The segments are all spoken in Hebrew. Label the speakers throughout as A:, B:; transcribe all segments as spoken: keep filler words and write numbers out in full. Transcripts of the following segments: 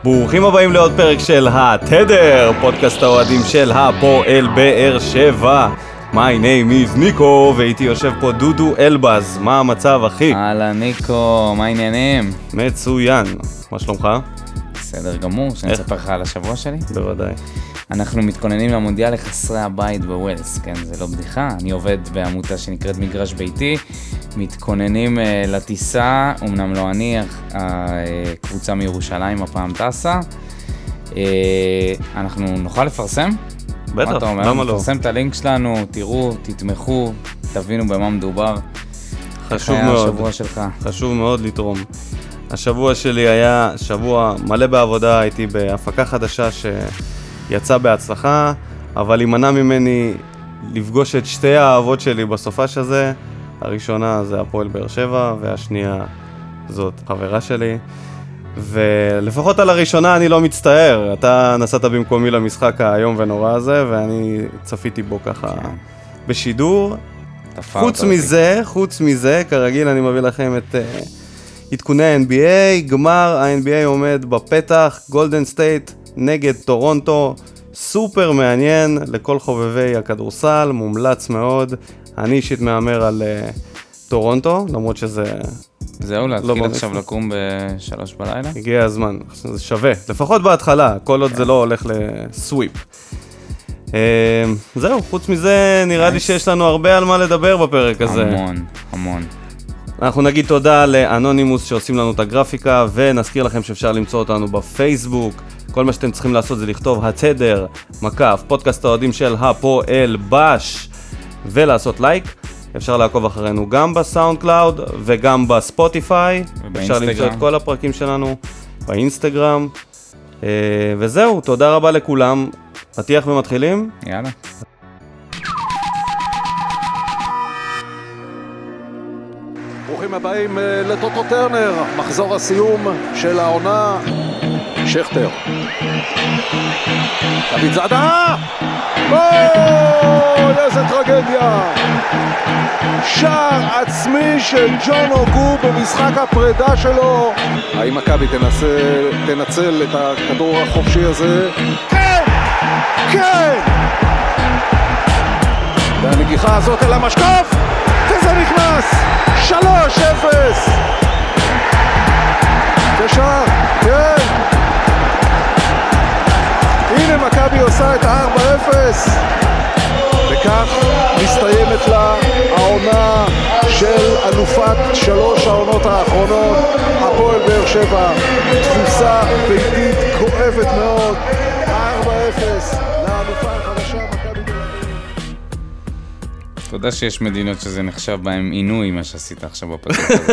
A: ברוכים הבאים לעוד פרק של התדר, פודקאסט האוהדים של הפועל באר שבע. My name is ניקו, ואיתי יושב פה דודו אלבז. מה המצב, אחי?
B: הלאה ניקו, מה העניינים?
A: מצוין. מה שלומך?
B: בסדר גמור, שאני אספר לך על השבוע שלי?
A: בוודאי.
B: אנחנו מתכוננים למונדיאל לחסרי הבית בווילס, כן, זה לא בדיחה. אני עובד בעמותה שנקראת מגרש ביתי, מתכוננים uh, לטיסה, אמנם לא אני, הקבוצה מירושלים הפעם טסה. Uh, אנחנו נוכל לפרסם?
A: בטח, למה לא?
B: נפרסם את הלינק שלנו, תראו, תתמכו, תבינו במה מדובר.
A: חשוב מאוד.
B: השבוע שלך?
A: חשוב מאוד לתרום. השבוע שלי היה שבוע מלא בעבודה, הייתי בהפקה חדשה שיצא בהצלחה, אבל הימנע ממני לפגוש את שתי האהבות שלי בסופש הזה. הראשונה זה הפועל באר שבע, והשנייה זאת חברה שלי. ולפחות על הראשונה אני לא מצטער, אתה נסעת במקומי למשחק היום ונורא הזה, ואני צפיתי בו ככה בשידור. חוץ מזה, חוץ מזה, כרגיל אני מביא לכם את uh, עדכוני ה-אן בי איי, גמר ה-אן בי איי עומד בפתח, גולדן סטייט נגד טורונטו, סופר מעניין לכל חובבי הכדורסל, מומלץ מאוד. אני אישית מאמר על uh, טורונטו, למרות שזה...
B: זהו, להתחיל עכשיו לקום בשלוש בלילה?
A: הגיע הזמן, זה שווה, לפחות בהתחלה, כל עוד זה לא הולך לסוויפ. זהו, חוץ מזה נראה לי שיש לנו הרבה על מה לדבר בפרק הזה.
B: המון, המון.
A: אנחנו נגיד תודה לאנונימוס שעושים לנו את הגרפיקה, ונזכיר לכם שאפשר למצוא אותנו בפייסבוק. כל מה שאתם צריכים לעשות זה לכתוב התדר, מקף, פודקאסט האוהדים של הפועל בש, ולעשות לייק. אפשר לעקוב אחרינו גם בסאונד קלאוד וגם בספוטיפיי. אפשר למצוא את כל הפרקים שלנו באינסטגרם. וזהו, תודה רבה לכולם. פתיח ומתחילים.
B: יאללה.
C: ברוכים הבאים לטוטו טרנר, מחזור הסיום של העונה. שכטר. דוד זאדה! אוי, איזה טרגדיה! שער עצמי של ג'ון אוגו במשחק הפרידה שלו. האם מכבי תנסה, תנצל את הכדור החופשי הזה? כן! כן! והנגיחה הזאת אל המשקוף, וזה נכנס! שלוש אפס! ושער, כן! הנה מכבי עושה את ה-ארבע אפס, וכך מסתיימת לה העונה של אלופת שלוש העונות האחרונות. הפועל באר שבע, תפוסה ביתית כואבת מאוד, ארבע אפס לאלופה החדשה מכבי תל אביב.
B: אתה יודע שיש מדינות שזה נחשב בהם עינוי מה שעשית עכשיו בפרק הזה.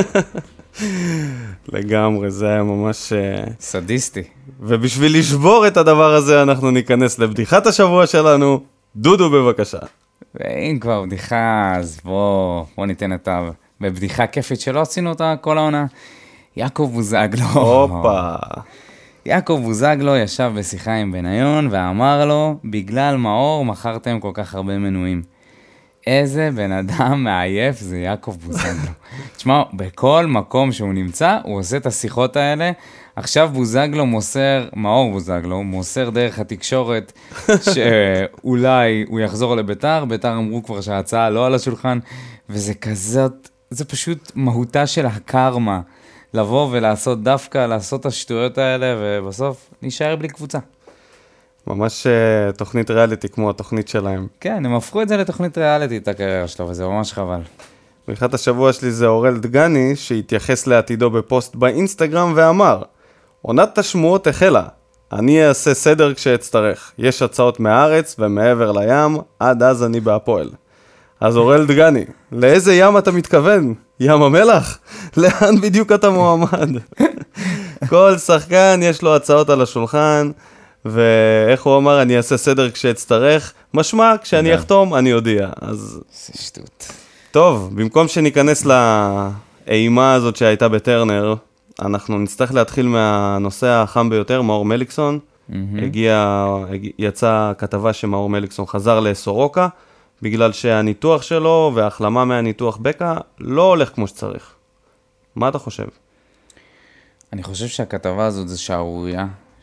A: לגמרי, זה היה ממש...
B: סדיסטי.
A: ובשביל לשבור את הדבר הזה אנחנו ניכנס לבדיחת השבוע שלנו. דודו בבקשה.
B: ואם כבר בדיחה, אז בוא, בוא ניתן אותה בבדיחה כיפית שלא עשינו אותה כל העונה. יעקב בוזגלו.
A: הופה.
B: יעקב בוזגלו ישב בשיחה עם בניון ואמר לו, בגלל מאור מכרתם כל כך הרבה מנויים. איזה בן אדם מעייף זה יעקב בוזגלו. תשמע, בכל מקום שהוא נמצא, הוא עושה את השיחות האלה. עכשיו בוזגלו מוסר, מאור בוזגלו, מוסר דרך התקשורת, שאולי הוא יחזור לביתר, ביתר אמרו כבר שההצעה לא על השולחן, וזה כזאת, זה פשוט מהותה של הקרמה, לבוא ולעשות דווקא, לעשות את השטויות האלה, ובסוף נשאר בלי קבוצה.
A: ממש תוכנית ריאליטי כמו התוכנית שלהם.
B: כן, הם הפכו את זה לתוכנית ריאליטי, את הקריירה שלו, וזה ממש חבל.
A: בדיחת השבוע שלי זה אורל דגני, שהתייחס לעתידו בפוסט באינסטגרם ואמר, עונת השמועות החלה, אני אעשה סדר כשאצטרך, יש הצעות מהארץ ומעבר לים, עד אז אני בהפועל. אז אורל דגני, לאיזה ים אתה מתכוון? ים המלח? לאן בדיוק אתה מועמד? כל שחקן יש לו הצעות על השולחן, ואיך הוא אמר, אני אעשה סדר כשאצטרך, משמע, כשאני אחתום, אני יודיע. אז...
B: זה שטות.
A: טוב, במקום שניכנס לאימה הזאת שהייתה בטרנר, אנחנו נצטרך להתחיל מהנושא החם ביותר, מאור מליקסון. הגיע, יצא כתבה שמאור מליקסון חזר לסורוקה, בגלל שהניתוח שלו וההחלמה מהניתוח בקה לא הולך כמו שצריך. מה אתה חושב?
B: אני חושב שהכתבה הזאת זה שערוריה,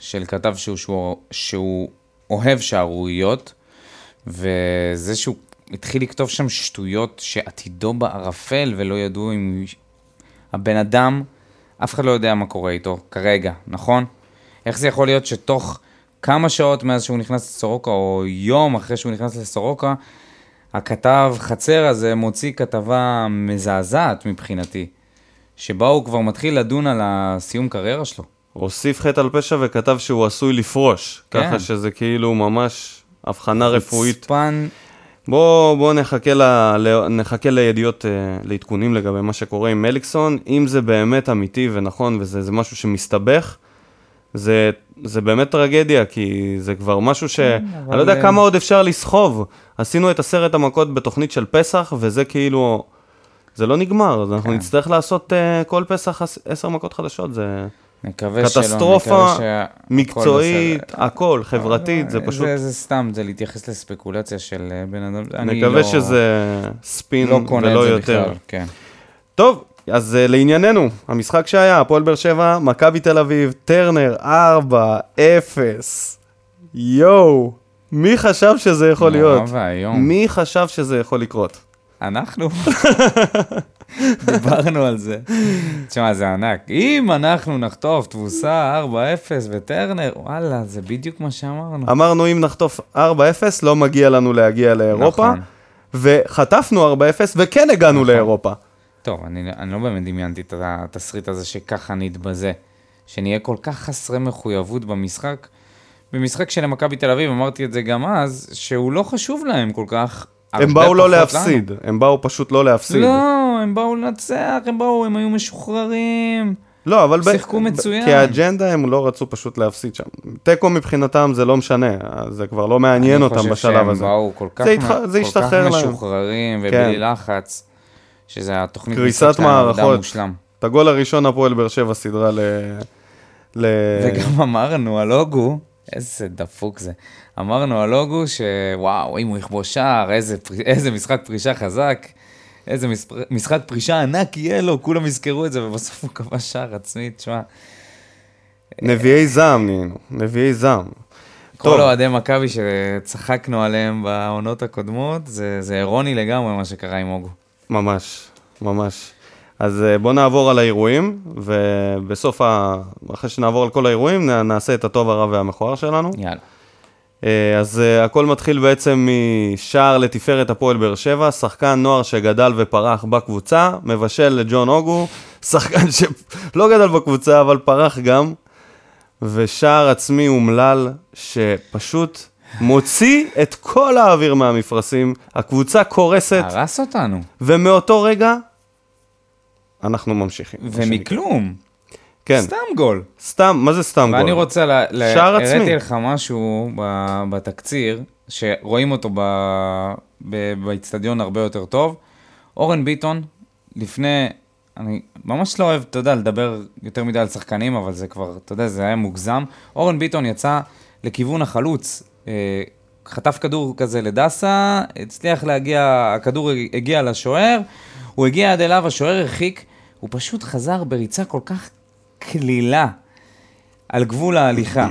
B: של כתב שהוא, שהוא, שהוא אוהב שערוריות, וזה שהוא התחיל לכתוב שם שטויות שעתידו בערפל, ולא ידעו אם הבן אדם, אף אחד לא יודע מה קורה איתו כרגע, נכון? איך זה יכול להיות שתוך כמה שעות מאז שהוא נכנס לסורוקה, או יום אחרי שהוא נכנס לסורוקה, הכתב חצר הזה מוציא כתבה מזעזעת מבחינתי, שבה הוא כבר מתחיל לדון על הסיום קריירה שלו.
A: הוסיף חטא על פשע וכתב שהוא עשוי לפרוש, כן. ככה שזה כאילו ממש הבחנה רפואית.
B: חוצפן.
A: בוא, בוא נחכה, ל, נחכה לידיעות, לעדכונים לגבי מה שקורה עם מליקסון. אם זה באמת אמיתי ונכון וזה זה משהו שמסתבך, זה, זה באמת טרגדיה, כי זה כבר משהו ש... כן, אבל... אני לא יודע כמה עוד אפשר לסחוב. עשינו את עשרת המכות בתוכנית של פסח, וזה כאילו... זה לא נגמר, אז אנחנו כן. נצטרך לעשות uh, כל פסח עשר מכות חדשות, זה... קטסטרופה, מקצועית, הכל, חברתית, זה פשוט...
B: זה סתם, זה להתייחס לספקולציה של בן אדם.
A: נקווה שזה ספין ולא יותר. טוב, אז לענייננו, המשחק שהיה, הפועל באר שבע, מכבי תל אביב, טרנר, ארבע אפס. יואו, מי חשב שזה יכול להיות? מי חשב שזה יכול לקרות?
B: אנחנו דיברנו על זה. תשמע, זה ענק. אם אנחנו נחטוף תבוסה ארבע אפס וטרנר, וואלה, זה בדיוק מה שאמרנו.
A: אמרנו, אם נחטוף ארבע אפס, לא מגיע לנו להגיע לאירופה, נכון. וחטפנו ארבע אפס, וכן הגענו נכון. לאירופה.
B: טוב, אני, אני לא באמת דמיינתי את התסריט הזה שככה נתבזה, שנהיה כל כך חסרי מחויבות במשחק. במשחק של מכבי תל אביב, אמרתי את זה גם אז, שהוא לא חשוב להם כל כך,
A: הם באו לא להפסיד, לנו. הם באו פשוט לא להפסיד.
B: לא, הם באו לנצח, הם באו, הם היו משוחררים.
A: לא, אבל...
B: שיחקו ב... מצוין.
A: כי האג'נדה הם לא רצו פשוט להפסיד שם. טקו מבחינתם זה לא משנה, זה כבר לא מעניין אותם בשלב הזה.
B: אני חושב שהם באו כל כך,
A: זה, התח... זה
B: כל כך משוחררים ובלי כן. לחץ, שזה התוכנית
A: קריסת מערכות. את הגול הראשון הפועל באר שבע סדרה ל... ל...
B: וגם אמרנו, הלוגו, איזה דפוק זה. אמרנו הלוגו שוואו, אם הוא יכבוש שער, איזה, איזה משחק פרישה חזק, איזה משחק פרישה ענק יהיה לו, כולם יזכרו את זה, ובסוף הוא כבש שער עצמי, תשמע.
A: נביאי זעם, נינו, נביאי זעם.
B: כל אוהדי מכבי שצחקנו עליהם בעונות הקודמות, זה, זה אירוני לגמרי מה שקרה עם אוגו.
A: ממש, ממש. אז בוא נעבור על האירועים, ובסוף, ה... אחרי שנעבור על כל האירועים, נעשה את הטוב, הרע והמכוער שלנו.
B: יאללה.
A: אז הכל מתחיל בעצם משער לתפארת הפועל באר שבע, שחקן נוער שגדל ופרח בקבוצה, מבשל לג'ון אוגו, שחקן שלא גדל בקבוצה, אבל פרח גם, ושער עצמי אומלל שפשוט מוציא את כל האוויר מהמפרשים, הקבוצה קורסת.
B: הרס אותנו.
A: ומאותו רגע, אנחנו ממשיכים.
B: ומכלום.
A: כן.
B: סתם גול.
A: סתם, מה זה סתם גול?
B: ואני רוצה, ל...
A: שער עצמי.
B: הראיתי לך משהו ב... בתקציר, שרואים אותו ב... ב... באצטדיון הרבה יותר טוב. אורן ביטון, לפני, אני ממש לא אוהב, אתה יודע, לדבר יותר מדי על שחקנים, אבל זה כבר, אתה יודע, זה היה מוגזם. אורן ביטון יצא לכיוון החלוץ, חטף כדור כזה לדסה, הצליח להגיע, הכדור הגיע לשוער, הוא הגיע עד אליו, השוער הרחיק, הוא פשוט חזר בריצה כל כך כלילה על גבול ההליכה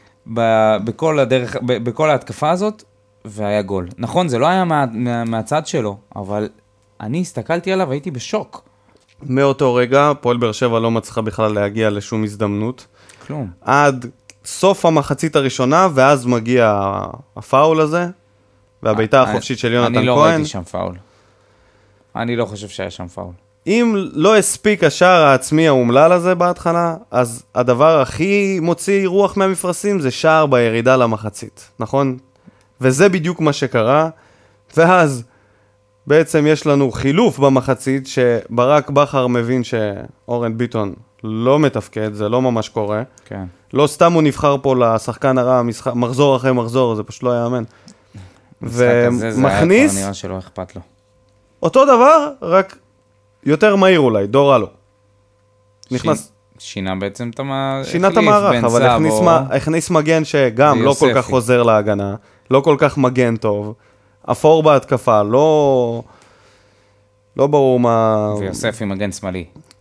B: בכל הדרך, בכל ההתקפה הזאת, והיה גול. נכון, זה לא היה מה, מה, מהצד שלו, אבל אני הסתכלתי עליו, הייתי בשוק.
A: מאותו רגע, פועל באר שבע לא מצליחה בכלל להגיע לשום הזדמנות.
B: כלום.
A: עד סוף המחצית הראשונה, ואז מגיע הפאול הזה, והביתה החופשית של יונתן כהן.
B: אני לא ראיתי שם פאול. אני לא חושב שהיה שם פאול.
A: אם לא הספיק השער העצמי האומלל הזה בהתחלה, אז הדבר הכי מוציא רוח מהמפרשים זה שער בירידה למחצית, נכון? וזה בדיוק מה שקרה, ואז בעצם יש לנו חילוף במחצית, שברק בכר מבין שאורן ביטון לא מתפקד, זה לא ממש קורה.
B: כן.
A: לא סתם הוא נבחר פה לשחקן הרע, משחק, מחזור אחרי מחזור, זה פשוט לא יאמן.
B: ומכניס... זה היה כבר נראה שלא אכפת לו.
A: אותו דבר, רק יותר מהיר אולי, דור אלו. נכנס...
B: שינה בעצם את המערך.
A: שינה את המערך, אבל הכניס, או... הכניס מגן שגם לא כל כך חוזר להגנה, לא כל כך מגן טוב, אפור בהתקפה, לא... לא ברור מה...
B: ויוסף עם מגן שמאלי.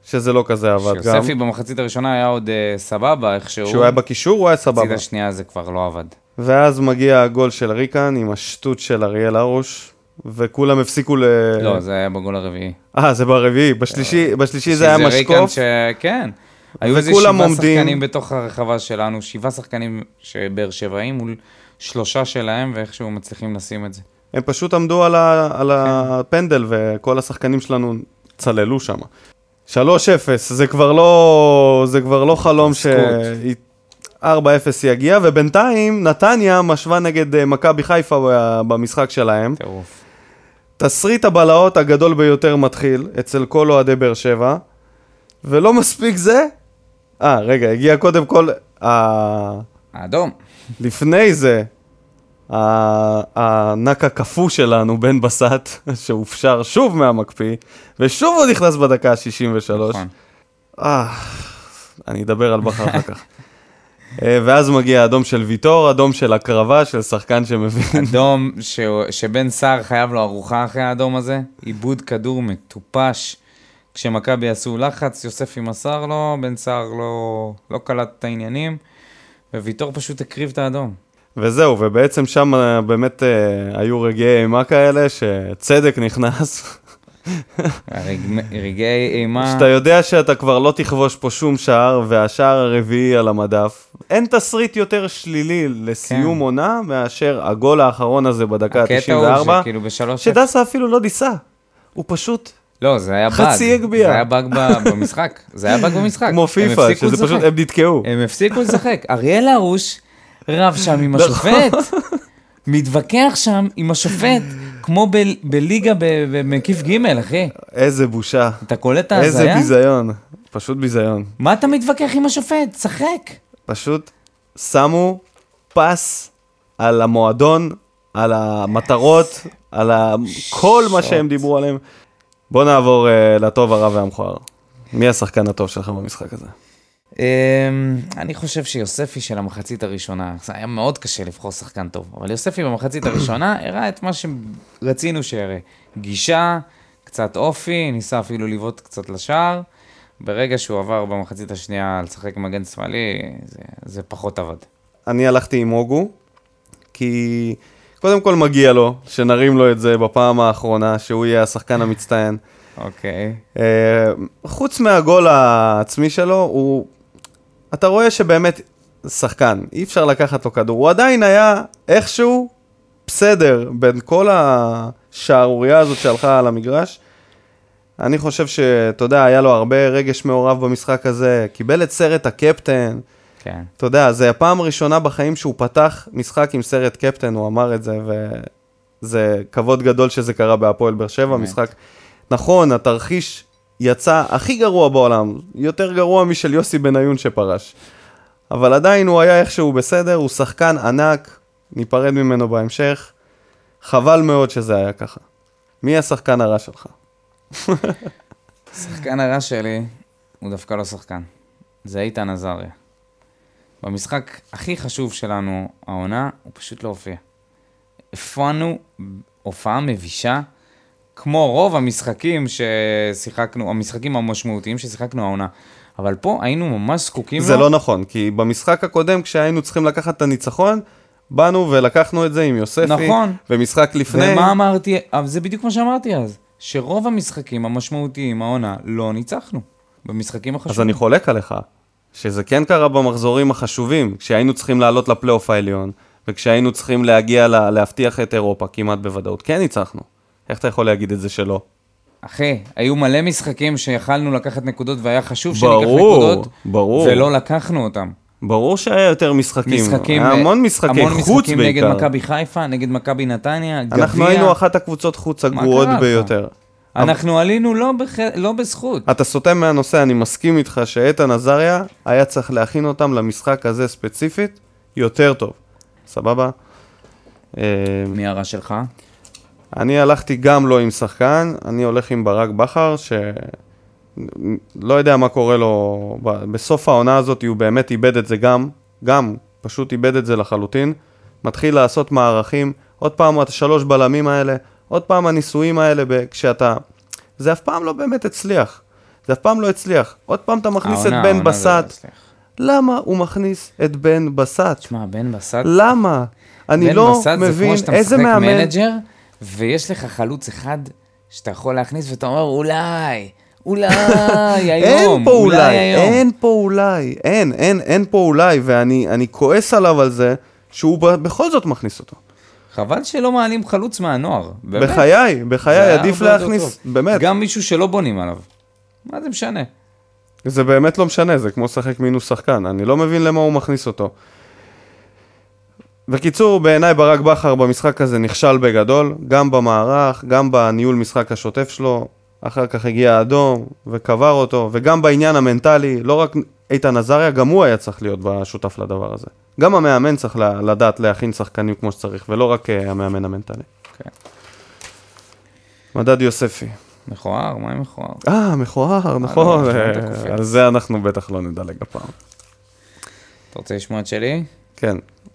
A: שזה לא כזה עבד גם.
B: שיוספי במחצית הראשונה היה עוד uh, סבבה, איכשהו.
A: כשהוא היה בקישור, הוא היה סבבה.
B: מחצית השנייה זה כבר לא עבד.
A: ואז מגיע הגול של ריקן עם השטות של אריאל הרוש, וכולם הפסיקו ל...
B: לא, זה היה בגול הרביעי.
A: אה, זה ברביעי. בשלישי, בשלישי זה היה משקוף.
B: ש... כן. היו איזה שבעה שחקנים בתוך הרחבה שלנו, שבעה שחקנים שבאר שבעים מול שלושה שלהם, ואיכשהו מצליחים לשים את זה.
A: הם פשוט עמדו על, ה... על הפנדל, וכל השחקנים שלנו צללו שם. שלוש אפס, זה כבר לא, זה כבר לא חלום ש... ארבע אפס יגיע, ובינתיים נתניה משווה נגד מכבי חיפה במשחק שלהם.
B: טירוף.
A: תסריט הבלהות הגדול ביותר מתחיל אצל כל אוהדי באר שבע, ולא מספיק זה. אה, רגע, הגיע קודם כל...
B: האדום.
A: לפני זה, הענק הקפוא שלנו, בן בסט, שהופשר שוב מהמקפיא, ושוב הוא נכנס בדקה ה-שישים ושלוש.
B: נכון.
A: אה, אני אדבר על בכר אחר כך. ואז מגיע אדום של ויטור, אדום של הקרבה, של שחקן שמבין.
B: אדום ש... שבן סער חייב לו ארוחה אחרי האדום הזה, עיבוד כדור מטופש. כשמכבי עשו לחץ, יוספי מסר לו, בן סער לא, לא קלט את העניינים, וויטור פשוט הקריב את האדום.
A: וזהו, ובעצם שם באמת אה, היו רגעי אימה כאלה, שצדק נכנס.
B: רגעי אימה...
A: שאתה יודע שאתה כבר לא תכבוש פה שום שער, והשער הרביעי על המדף. אין תסריט יותר שלילי לסיום כן. עונה, מאשר הגול האחרון הזה בדקה ה-תשעים וארבע,
B: שכאילו בשלוש...
A: שדסה אפילו לא דיסה. הוא פשוט...
B: לא, זה היה באג.
A: חצי הגביע.
B: זה היה באג במשחק. זה היה באג במשחק.
A: כמו פיפה, שזה פשוט, הם נתקעו.
B: הם הפסיקו לשחק. אריאל הרוש רב שם עם השופט. מתווכח שם עם השופט, כמו ב- בליגה במקיף ג', אחי.
A: איזה בושה.
B: אתה קולט את ההזיה?
A: איזה ביזיון. פשוט ביזיון.
B: מה אתה מתווכח עם השופט? שחק.
A: פשוט שמו פס על המועדון, על המטרות, על ה... כל מה שהם דיברו עליהם. בוא נעבור uh, לטוב, הרע והמכוער. מי השחקן הטוב שלך במשחק הזה?
B: Um, אני חושב שיוספי של המחצית הראשונה, זה היה מאוד קשה לבחור שחקן טוב, אבל יוספי במחצית הראשונה הראה את מה שרצינו שיראה. גישה, קצת אופי, ניסה אפילו לבעוט קצת לשער. ברגע שהוא עבר במחצית השנייה לשחק מגן שמאלי, זה, זה פחות עבד.
A: אני הלכתי עם אוגו, כי קודם כל מגיע לו, שנרים לו את זה בפעם האחרונה, שהוא יהיה השחקן המצטיין.
B: אוקיי.
A: Uh, חוץ מהגול העצמי שלו, הוא... אתה רואה שבאמת שחקן, אי אפשר לקחת לו כדור. הוא עדיין היה איכשהו בסדר בין כל השערוריה הזאת שהלכה על המגרש. אני חושב שאתה יודע, היה לו הרבה רגש מעורב במשחק הזה, קיבל את סרט הקפטן.
B: כן.
A: אתה יודע, זה הפעם הראשונה בחיים שהוא פתח משחק עם סרט קפטן, הוא אמר את זה, וזה כבוד גדול שזה קרה בהפועל באר שבע, משחק... נכון, התרחיש יצא הכי גרוע בעולם, יותר גרוע משל יוסי בניון שפרש. אבל עדיין הוא היה איכשהו בסדר, הוא שחקן ענק, ניפרד ממנו בהמשך. חבל מאוד שזה היה ככה. מי השחקן הרע שלך?
B: השחקן הרע שלי הוא דווקא לא שחקן. זה איתן עזריה. במשחק הכי חשוב שלנו, העונה, הוא פשוט לא הופיע. הפענו הופעה מבישה, כמו רוב המשחקים ששיחקנו, המשחקים המשמעותיים ששיחקנו העונה. אבל פה היינו ממש זקוקים לו.
A: זה לא נכון, כי במשחק הקודם, כשהיינו צריכים לקחת את הניצחון, באנו ולקחנו את זה עם יוספי.
B: נכון.
A: ומשחק לפני...
B: ומה אמרתי? אבל זה בדיוק מה שאמרתי אז. שרוב המשחקים המשמעותיים, העונה, לא ניצחנו. במשחקים החשובים.
A: אז אני חולק עליך, שזה כן קרה במחזורים החשובים, כשהיינו צריכים לעלות לפלייאוף העליון, וכשהיינו צריכים להגיע לה, להבטיח את אירופה, כמעט בוודאות. כן ניצחנו. איך אתה יכול להגיד את זה שלא?
B: אחי, היו מלא משחקים שיכלנו לקחת נקודות, והיה חשוב שניקח נקודות,
A: ברור.
B: ולא לקחנו אותם.
A: ברור שהיה יותר משחקים.
B: משחקים
A: היה המון משחקי
B: המון
A: חוץ
B: משחקים
A: בעיקר.
B: נגד מכבי חיפה, נגד מכבי נתניה, גביע.
A: אנחנו היינו אחת הקבוצות חוץ הגרועות ביותר.
B: אנחנו עלינו לא, בח... לא בזכות.
A: אתה סוטם מהנושא, אני מסכים איתך שאיתן עזריה היה צריך להכין אותם למשחק הזה ספציפית יותר טוב. סבבה?
B: מי הרע שלך?
A: אני הלכתי גם לא עם שחקן, אני הולך עם ברק בכר, שלא יודע מה קורה לו, בסוף העונה הזאת הוא באמת איבד את זה גם, גם פשוט איבד את זה לחלוטין, מתחיל לעשות מערכים, עוד פעם השלוש בלמים האלה, עוד פעם הניסויים האלה, כשאתה, זה אף פעם לא באמת הצליח. זה אף פעם לא הצליח. עוד פעם אתה מכניס את בן בסט. למה הוא מכניס את בן בסט?
B: תשמע, בן בסט...
A: למה? אני לא מבין איזה מאמן...
B: בן בסט זה כמו שאתה משחק מנג'ר, ויש לך חלוץ אחד שאתה יכול להכניס, ואתה אומר, אולי, אולי היום,
A: אין פה אולי, אין פה אולי, אין, אין, אין פה אולי, ואני כועס עליו על זה, שהוא בכל זאת מכניס אותו.
B: חבל שלא מעלים חלוץ מהנוער.
A: בחיי, בחיי, עדיף להכניס, באמת.
B: גם מישהו שלא בונים עליו. מה זה משנה?
A: זה באמת לא משנה, זה כמו שחק מינוס שחקן. אני לא מבין למה הוא מכניס אותו. בקיצור, בעיניי ברק בכר במשחק הזה נכשל בגדול, גם במערך, גם בניהול משחק השוטף שלו, אחר כך הגיע האדום וקבר אותו, וגם בעניין המנטלי, לא רק איתן עזריה, גם הוא היה צריך להיות בשותף לדבר הזה. גם המאמן צריך לדעת להכין שחקנים כמו שצריך, ולא רק המאמן המנטלי.
B: כן.
A: מדד יוספי.
B: מכוער, מה עם מכוער?
A: אה, מכוער, נכון. על זה אנחנו בטח לא נדלג הפעם.
B: אתה רוצה לשמוע את שלי?
A: כן.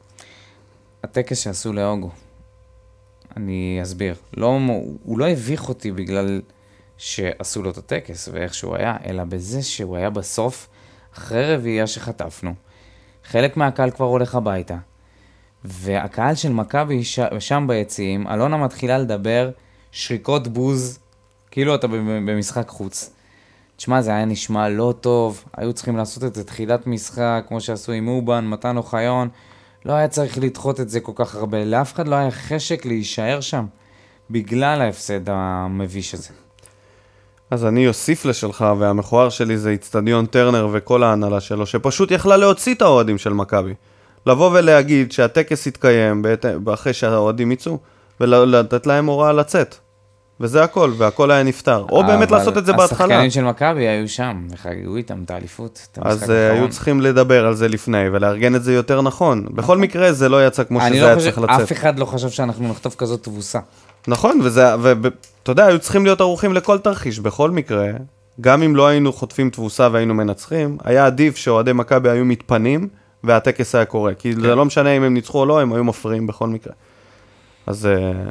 B: הטקס שעשו לאוגו. אני אסביר. לא, הוא לא הביך אותי בגלל שעשו לו את הטקס ואיך שהוא היה, אלא בזה שהוא היה בסוף, אחרי רביעייה שחטפנו. חלק מהקהל כבר הולך הביתה. והקהל של מכבי שם ביציעים, אלונה מתחילה לדבר שריקות בוז, כאילו אתה במשחק חוץ. תשמע, זה היה נשמע לא טוב, היו צריכים לעשות את זה תחילת משחק, כמו שעשו עם אובן, מתן אוחיון, לא היה צריך לדחות את זה כל כך הרבה, לאף אחד לא היה חשק להישאר שם, בגלל ההפסד המביש הזה.
A: אז אני אוסיף לשלך, והמכוער שלי זה אצטדיון טרנר וכל ההנהלה שלו, שפשוט יכלה להוציא את האוהדים של מכבי. לבוא ולהגיד שהטקס יתקיים אחרי שהאוהדים יצאו, ולתת להם הוראה לצאת. וזה הכל, והכל היה נפטר. או באמת לעשות את זה בהתחלה.
B: השחקנים של מכבי היו שם, וחגגו איתם את האליפות.
A: אז היו צריכים לדבר על זה לפני, ולארגן את זה יותר נכון. בכל מקרה זה לא יצא כמו שזה היה צריך לצאת.
B: אף אחד לא חשב שאנחנו נכתוב כזאת תבוסה.
A: נכון, ואתה יודע, היו צריכים להיות ערוכים לכל תרחיש. בכל מקרה, גם אם לא היינו חוטפים תבוסה והיינו מנצחים, היה עדיף שאוהדי מכבי היו מתפנים, והטקס היה קורה. כי זה לא משנה אם הם ניצחו או לא, הם היו מפריעים בכל מקרה. אז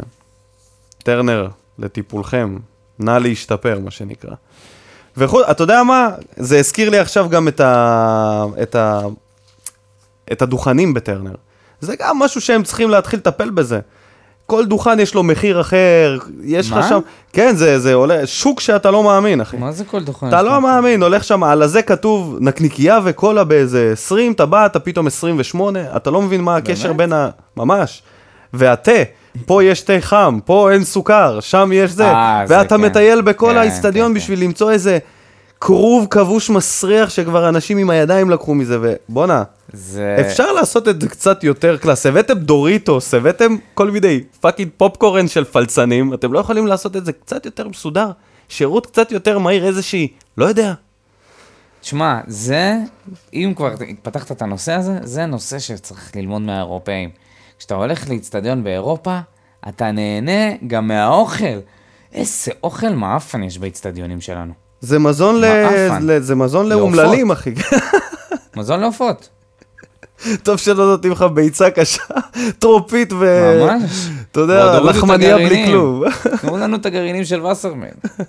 A: טרנר, לטיפולכם, נא להשתפר, מה שנקרא. ואתה יודע מה? זה הזכיר לי עכשיו גם את, ה... את, ה... את הדוכנים בטרנר. זה גם משהו שהם צריכים להתחיל לטפל בזה. כל דוכן יש לו מחיר אחר, יש לך שם... כן, זה, זה עולה, שוק שאתה לא מאמין, אחי.
B: מה זה כל דוכן?
A: אתה לא מאמין, הולך שם, על הזה כתוב נקניקייה וקולה באיזה עשרים, אתה בא, אתה פתאום עשרים ושמונה, אתה לא מבין מה הקשר בין ה... ממש. והתה, פה יש תה חם, פה אין סוכר, שם יש זה, ואתה מטייל בכל האצטדיון בשביל למצוא איזה קרוב כבוש מסריח שכבר אנשים עם הידיים לקחו מזה, ובונה, אפשר לעשות את זה קצת יותר קלאס, הבאתם דוריטוס, הבאתם כל מיני פאקינג פופקורן של פלצנים, אתם לא יכולים לעשות את זה קצת יותר מסודר, שירות קצת יותר מהיר איזושהי, לא יודע.
B: תשמע, זה, אם כבר פתחת את הנושא הזה, זה נושא שצריך ללמוד מהאירופאים. כשאתה הולך לאצטדיון באירופה, אתה נהנה גם מהאוכל. איזה אוכל מאפן יש באצטדיונים שלנו.
A: זה מזון ל... זה מזון לאומללים, אחי.
B: מזון לעופות.
A: טוב שלא נותנים לך ביצה קשה, טרופית ו...
B: ממש.
A: אתה יודע, לחמניה בלי כלום.
B: תנו לנו את הגרעינים של וסרמן.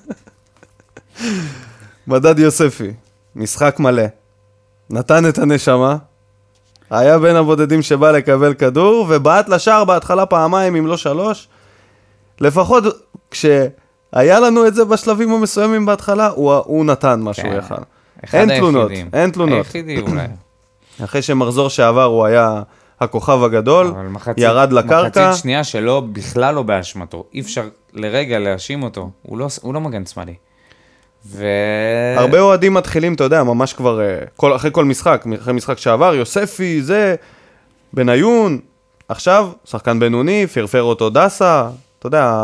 A: מדד יוספי, משחק מלא. נתן את הנשמה. היה בין הבודדים שבא לקבל כדור, ובעט לשער בהתחלה פעמיים, אם לא שלוש. לפחות כשהיה לנו את זה בשלבים המסוימים בהתחלה, הוא, הוא נתן מה שהוא יכל. אין תלונות, אין תלונות.
B: היחידי אולי.
A: אחרי שמחזור שעבר הוא היה הכוכב הגדול, ירד לקרקע.
B: מחצית שנייה שלא, בכלל לא באשמתו. אי אפשר לרגע להאשים אותו. הוא לא, הוא לא מגן שמאלי. ו...
A: הרבה אוהדים מתחילים, אתה יודע, ממש כבר, כל, אחרי כל משחק, אחרי משחק שעבר, יוספי, זה, בניון, עכשיו, שחקן בינוני, פרפר אותו דסה, אתה יודע,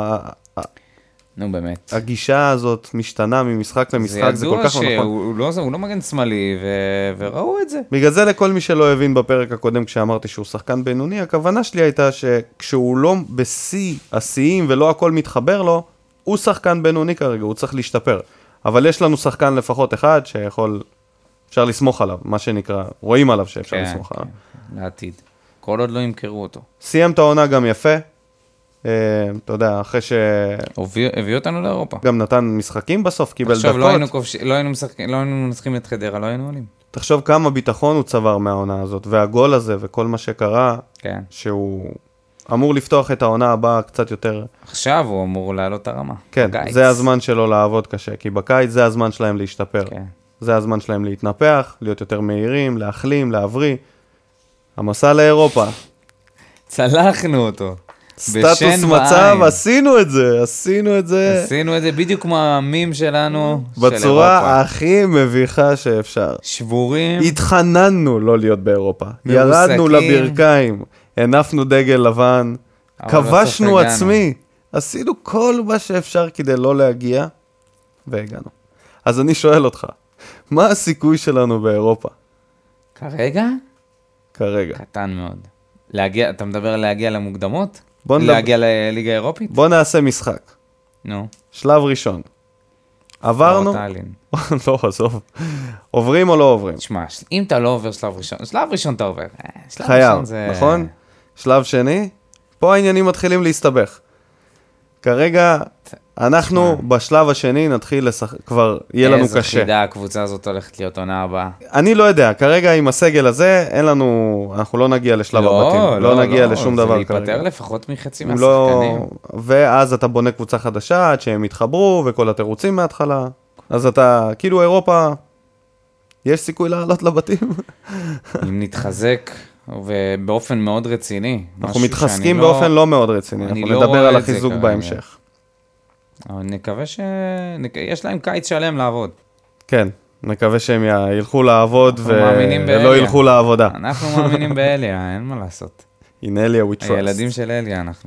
B: נו באמת.
A: הגישה הזאת משתנה ממשחק למשחק, זה כל כך לא נכון.
B: הוא לא, הוא לא מגן שמאלי, ו... וראו את זה.
A: בגלל זה לכל מי שלא הבין בפרק הקודם, כשאמרתי שהוא שחקן בינוני, הכוונה שלי הייתה שכשהוא לא בשיא השיאים ולא הכל מתחבר לו, הוא שחקן בינוני כרגע, הוא צריך להשתפר. אבל יש לנו שחקן לפחות אחד שיכול, אפשר לסמוך עליו, מה שנקרא, רואים עליו שאפשר
B: כן,
A: לסמוך
B: כן,
A: עליו.
B: לעתיד. כל עוד לא ימכרו אותו.
A: סיים את העונה גם יפה, אתה יודע, אחרי ש...
B: הביא אותנו לאירופה.
A: גם נתן משחקים בסוף, קיבל דקות.
B: עכשיו, לא היינו כובש... לא היינו משחקים, לא היינו מנצחים את חדרה, לא היינו עולים.
A: תחשוב כמה ביטחון הוא צבר מהעונה הזאת, והגול הזה וכל מה שקרה,
B: כן.
A: שהוא אמור לפתוח את העונה הבאה קצת יותר...
B: עכשיו הוא אמור לעלות הרמה.
A: כן,
B: בקיץ.
A: זה הזמן שלו לעבוד קשה, כי בקיץ זה הזמן שלהם להשתפר.
B: כן.
A: זה הזמן שלהם להתנפח, להיות יותר מהירים, להחלים, להבריא. המסע לאירופה.
B: צלחנו אותו.
A: סטטוס מצב, עשינו את זה, עשינו את זה.
B: עשינו את זה בדיוק כמו המים שלנו,
A: בצורה הכי מביכה שאפשר.
B: שבורים.
A: התחננו לא להיות באירופה.
B: מרוסקים.
A: ירדנו לברכיים, הנפנו דגל לבן, כבשנו עצמי. עשינו כל מה שאפשר כדי לא להגיע, והגענו. אז אני שואל אותך, מה הסיכוי שלנו באירופה?
B: כרגע?
A: כרגע.
B: קטן מאוד. להגיע, אתה מדבר על להגיע למוקדמות?
A: נדבר...
B: להגיע לליגה האירופית?
A: בוא נעשה משחק.
B: נו.
A: שלב ראשון. עברנו? לא, עזוב. עוברים או לא עוברים?
B: תשמע, אם אתה לא עובר שלב ראשון, שלב ראשון אתה עובר.
A: חייב, נכון? שלב שני, פה העניינים מתחילים להסתבך. כרגע, אנחנו בשלב השני נתחיל לשחק, כבר יהיה לנו קשה.
B: איזה חידה הקבוצה הזאת הולכת להיות עונה הבאה.
A: אני לא יודע, כרגע עם הסגל הזה, אין לנו, אנחנו לא נגיע לשלב הבתים. לא נגיע לשום דבר כרגע.
B: זה להיפטר לפחות מחצי מהשחקנים.
A: ואז אתה בונה קבוצה חדשה, עד שהם יתחברו, וכל התירוצים מההתחלה. אז אתה, כאילו אירופה, יש סיכוי לעלות לבתים?
B: אם נתחזק, ובאופן מאוד רציני.
A: אנחנו מתחזקים באופן לא מאוד רציני, אנחנו נדבר על החיזוק בהמשך.
B: אבל נקווה ש... יש להם קיץ שלם לעבוד.
A: כן, נקווה שהם ילכו לעבוד ולא ילכו לעבודה.
B: אנחנו מאמינים באליה, אין מה לעשות.
A: In אליה we trust.
B: הילדים של אליה אנחנו.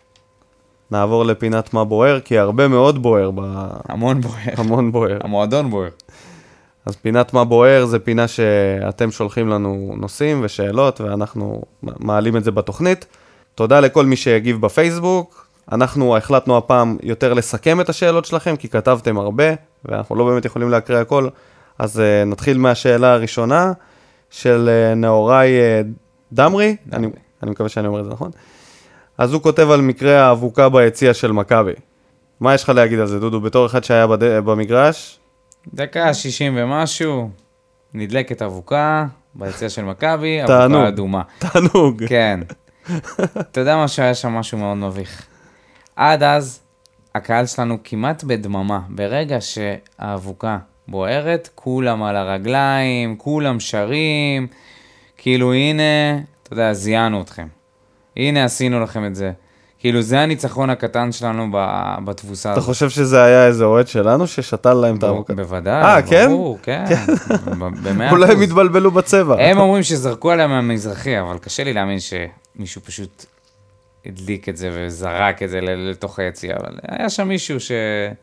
A: נעבור לפינת מה בוער, כי הרבה מאוד בוער.
B: המון בוער.
A: המון בוער.
B: המועדון בוער.
A: אז פינת מה בוער זה פינה שאתם שולחים לנו נושאים ושאלות, ואנחנו מעלים את זה בתוכנית. תודה לכל מי שהגיב בפייסבוק. אנחנו החלטנו הפעם יותר לסכם את השאלות שלכם, כי כתבתם הרבה, ואנחנו לא באמת יכולים להקריא הכל. אז uh, נתחיל מהשאלה הראשונה, של uh, נאורי uh, דמרי, אני, אני מקווה שאני אומר את זה נכון. אז הוא כותב על מקרה האבוקה ביציע של מכבי. מה יש לך להגיד על זה, דודו? בתור אחד שהיה בד... במגרש?
B: דקה שישים ומשהו, נדלקת אבוקה ביציע של מכבי, אבוקה אדומה.
A: תענוג.
B: כן. אתה יודע מה שהיה שם משהו מאוד מביך. עד אז, הקהל שלנו כמעט בדממה. ברגע שהאבוקה בוערת, כולם על הרגליים, כולם שרים, כאילו הנה, אתה יודע, זיינו אתכם. הנה עשינו לכם את זה. כאילו זה הניצחון הקטן שלנו בתבוסה הזאת.
A: אתה חושב שזה היה איזה אוהד שלנו ששתל להם את האבוקה?
B: בוודאי,
A: אה, כן?
B: ברור, כן. במאה
A: אולי הם התבלבלו בצבע.
B: הם אומרים שזרקו עליהם מהמזרחי, אבל קשה לי להאמין שמישהו פשוט הדליק את זה וזרק את זה לתוך היציאה, אבל היה שם מישהו ש...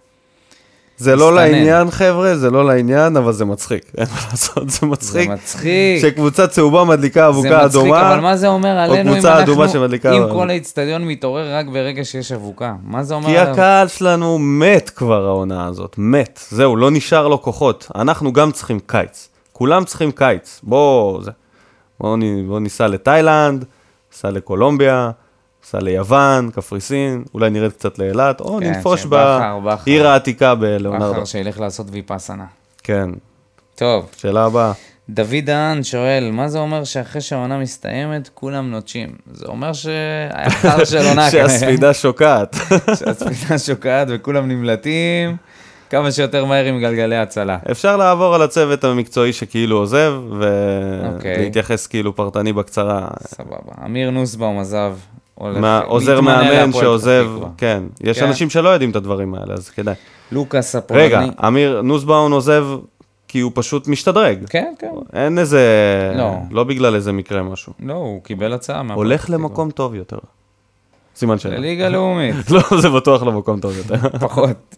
A: זה לא לעניין, חבר'ה, זה לא לעניין, אבל זה מצחיק. אין מה לעשות, זה מצחיק.
B: זה מצחיק.
A: שקבוצה צהובה מדליקה אבוקה אדומה.
B: זה מצחיק, אבל מה זה אומר עלינו אם
A: אנחנו,
B: אם כל האצטדיון מתעורר רק ברגע שיש אבוקה? מה זה אומר
A: כי
B: עליו?
A: הקהל שלנו מת כבר העונה הזאת, מת. זהו, לא נשאר לו כוחות. אנחנו גם צריכים קיץ. כולם צריכים קיץ. בואו, בואו בוא ניסע לתאילנד, ניסע לקולומביה, ניסע ליוון, קפריסין, אולי נרד קצת לאילת, או כן, ננפוש בעיר העתיקה בלאונרדו.
B: בחר שילך לעשות ויפאסנה.
A: כן.
B: טוב.
A: שאלה הבאה.
B: דוד דהן שואל, מה זה אומר שאחרי שהעונה מסתיימת, כולם נוטשים? זה אומר שהיה חר של עונה כנראה.
A: שהספינה שוקעת.
B: שהספינה שוקעת וכולם נמלטים, כמה שיותר מהר עם גלגלי הצלה.
A: אפשר לעבור על הצוות המקצועי שכאילו עוזב, ולהתייחס כאילו פרטני בקצרה.
B: סבבה. אמיר נוסבאום עזב.
A: עוזר מאמן שעוזב, כן. יש אנשים שלא יודעים את הדברים האלה, אז כדאי.
B: לוקאס הפולני.
A: רגע, אמיר נוסבאום עוזב כי הוא פשוט משתדרג.
B: כן, כן.
A: אין איזה, לא בגלל איזה מקרה משהו.
B: לא, הוא קיבל הצעה.
A: הולך למקום טוב יותר. סימן שאלה.
B: לליגה לאומית.
A: לא, זה בטוח למקום טוב יותר.
B: פחות.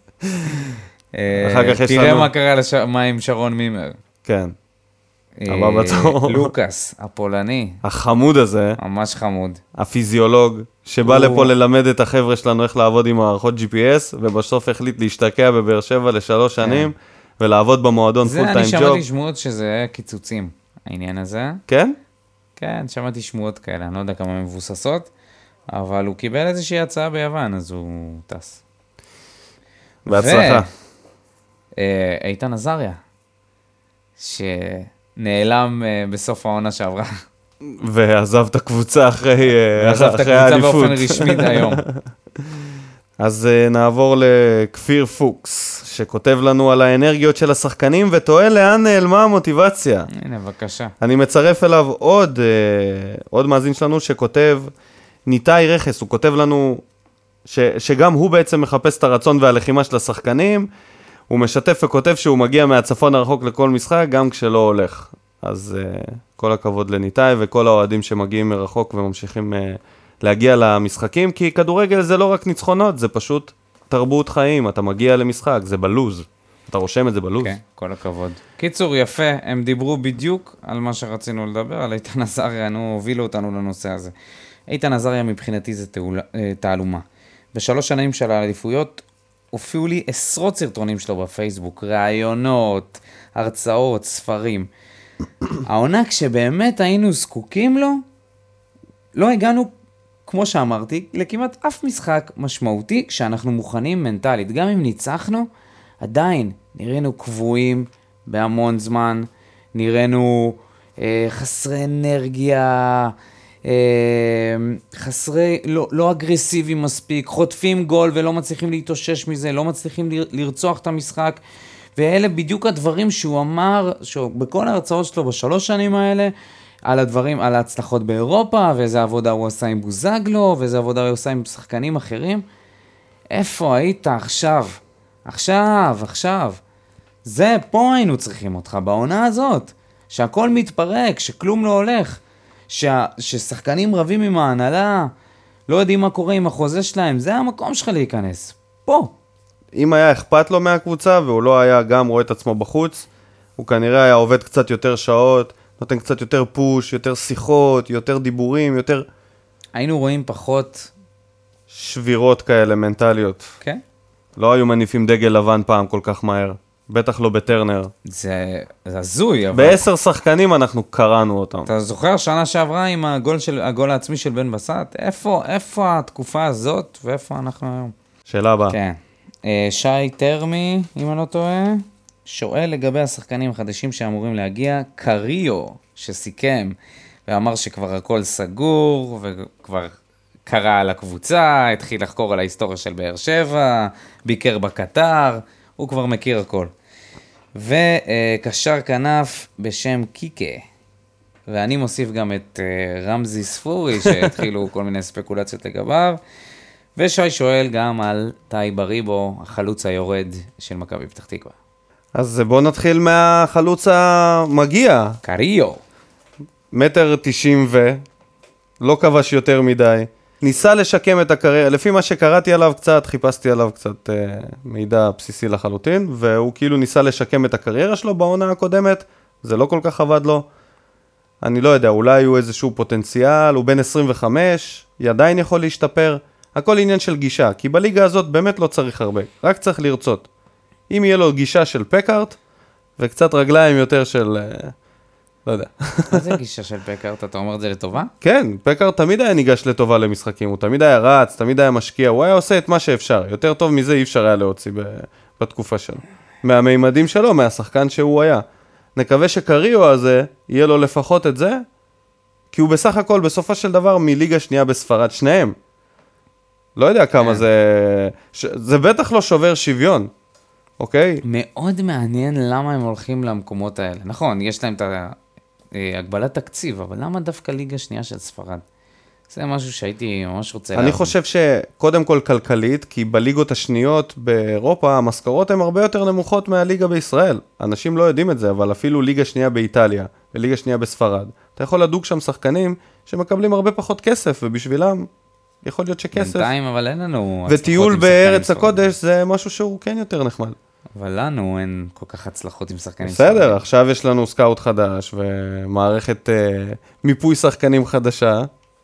B: תראה מה קרה למה עם שרון מימר.
A: כן.
B: לוקאס, הפולני.
A: החמוד הזה.
B: ממש חמוד.
A: הפיזיולוג, שבא לפה ללמד את החבר'ה שלנו איך לעבוד עם מערכות ג'י פי אס, ובסוף החליט להשתקע בבאר שבע לשלוש שנים, ולעבוד במועדון פול טיים ג'וב.
B: זה אני שמעתי שמועות שזה קיצוצים, העניין הזה.
A: כן?
B: כן, שמעתי שמועות כאלה, אני לא יודע כמה מבוססות, אבל הוא קיבל איזושהי הצעה ביוון, אז הוא טס.
A: בהצלחה.
B: איתן עזריה, שנעלם בסוף העונה שעברה.
A: ועזב את הקבוצה אחרי
B: ועזב את הקבוצה באופן רשמית היום.
A: אז נעבור לכפיר פוקס, שכותב לנו על האנרגיות של השחקנים, וטוען לאן נעלמה המוטיבציה.
B: הנה, בבקשה.
A: אני מצרף אליו עוד, עוד מאזין שלנו שכותב, ניתאי רכס, הוא כותב לנו ש, שגם הוא בעצם מחפש את הרצון והלחימה של השחקנים, הוא משתף וכותב שהוא מגיע מהצפון הרחוק לכל משחק, גם כשלא הולך. אז uh, כל הכבוד לניתאי וכל האוהדים שמגיעים מרחוק וממשיכים uh, להגיע למשחקים, כי כדורגל זה לא רק ניצחונות, זה פשוט תרבות חיים, אתה מגיע למשחק, זה בלוז. אתה רושם את זה בלוז.
B: כן, כל הכבוד. קיצור, יפה, הם דיברו בדיוק על מה שרצינו לדבר, על איתן עזריה, נו, הובילו אותנו לנושא הזה. איתן עזריה מבחינתי זה תעול... תעלומה. בשלוש שנים של האליפויות, הופיעו לי עשרות סרטונים שלו בפייסבוק, ראיונות, הרצאות, ספרים. העונה כשבאמת היינו זקוקים לו, לא הגענו, כמו שאמרתי, לכמעט אף משחק משמעותי שאנחנו מוכנים מנטלית. גם אם ניצחנו, עדיין נראינו קבועים בהמון זמן, נראינו אה, חסרי אנרגיה, אה, חסרי, לא, לא אגרסיביים מספיק, חוטפים גול ולא מצליחים להתאושש מזה, לא מצליחים לרצוח את המשחק, ואלה בדיוק הדברים שהוא אמר, בכל ההרצאות שלו בשלוש שנים האלה, על הדברים, על ההצלחות באירופה, ואיזה עבודה הוא עושה עם בוזגלו, ואיזה עבודה הוא עושה עם שחקנים אחרים. איפה היית עכשיו? עכשיו, עכשיו. זה, פה היינו צריכים אותך, בעונה הזאת. שהכל מתפרק, שכלום לא הולך. שה, ששחקנים רבים עם ההנהלה, לא יודעים מה קורה עם החוזה שלהם, זה המקום שלך להיכנס. פה.
A: אם היה אכפת לו מהקבוצה, והוא לא היה גם רואה את עצמו בחוץ, הוא כנראה היה עובד קצת יותר שעות, נותן קצת יותר פוש, יותר שיחות, יותר דיבורים, יותר...
B: היינו רואים פחות...
A: שבירות כאלה, מנטליות.
B: כן.
A: לא היו מניפים דגל לבן פעם כל כך מהר. בטח לא בטרנר.
B: זה, זה הזוי, אבל...
A: בעשר שחקנים אנחנו קראנו אותם.
B: אתה זוכר שנה שעברה עם הגול, של, הגול העצמי של בן בסט? איפה, איפה התקופה הזאת ואיפה אנחנו היום?
A: שאלה הבאה.
B: כן. שי טרמי, אם אני לא טועה, שואל לגבי השחקנים החדשים שאמורים להגיע, קריו, שסיכם ואמר שכבר הכל סגור, וכבר קרא על הקבוצה, התחיל לחקור על ההיסטוריה של באר שבע, ביקר בקטר, הוא כבר מכיר הכל. וקשר כנף בשם קיקה, ואני מוסיף גם את רמזי ספורי, שהתחילו כל מיני ספקולציות לגביו, ושי שואל גם על טאי בריבו, החלוץ היורד של מכבי פתח תקווה.
A: אז בואו נתחיל מהחלוץ המגיע.
B: קריו.
A: מטר תשעים ו... לא כבש יותר מדי. ניסה לשקם את הקריירה, לפי מה שקראתי עליו קצת, חיפשתי עליו קצת אה, מידע בסיסי לחלוטין, והוא כאילו ניסה לשקם את הקריירה שלו בעונה הקודמת, זה לא כל כך עבד לו. אני לא יודע, אולי הוא איזשהו פוטנציאל, הוא בן עשרים וחמש, עדיין יכול להשתפר. הכל עניין של גישה, כי בליגה הזאת באמת לא צריך הרבה, רק צריך לרצות. אם יהיה לו גישה של פקארט, וקצת רגליים יותר של... לא יודע.
B: מה זה גישה של פקארט? אתה אומר את זה לטובה?
A: כן, פקארט תמיד היה ניגש לטובה למשחקים, הוא תמיד היה רץ, תמיד היה משקיע, הוא היה עושה את מה שאפשר. יותר טוב מזה אי אפשר היה להוציא בתקופה שלו. מהמימדים שלו, מהשחקן שהוא היה. נקווה שקריו הזה, יהיה לו לפחות את זה, כי הוא בסך הכל בסופו של דבר מליגה שנייה בספרד, שניהם. לא יודע כמה זה... זה בטח לא שובר שוויון, אוקיי?
B: מאוד מעניין למה הם הולכים למקומות האלה. נכון, יש להם את הגבלת תקציב, אבל למה דווקא ליגה שנייה של ספרד? זה משהו שהייתי ממש רוצה להבין.
A: אני חושב שקודם כל כלכלית, כי בליגות השניות באירופה, המשכורות הן הרבה יותר נמוכות מהליגה בישראל. אנשים לא יודעים את זה, אבל אפילו ליגה שנייה באיטליה, וליגה שנייה בספרד, אתה יכול לדוג שם שחקנים שמקבלים הרבה פחות כסף, ובשבילם יכול להיות שכסף.
B: בינתיים, אבל אין לנו...
A: וטיול בארץ הקודש זה משהו שהוא כן יותר נחמד.
B: אבל לנו אין כל כך הצלחות עם שחקנים.
A: בסדר, עכשיו יש לנו סקאוט חדש, ומערכת uh, מיפוי שחקנים חדשה,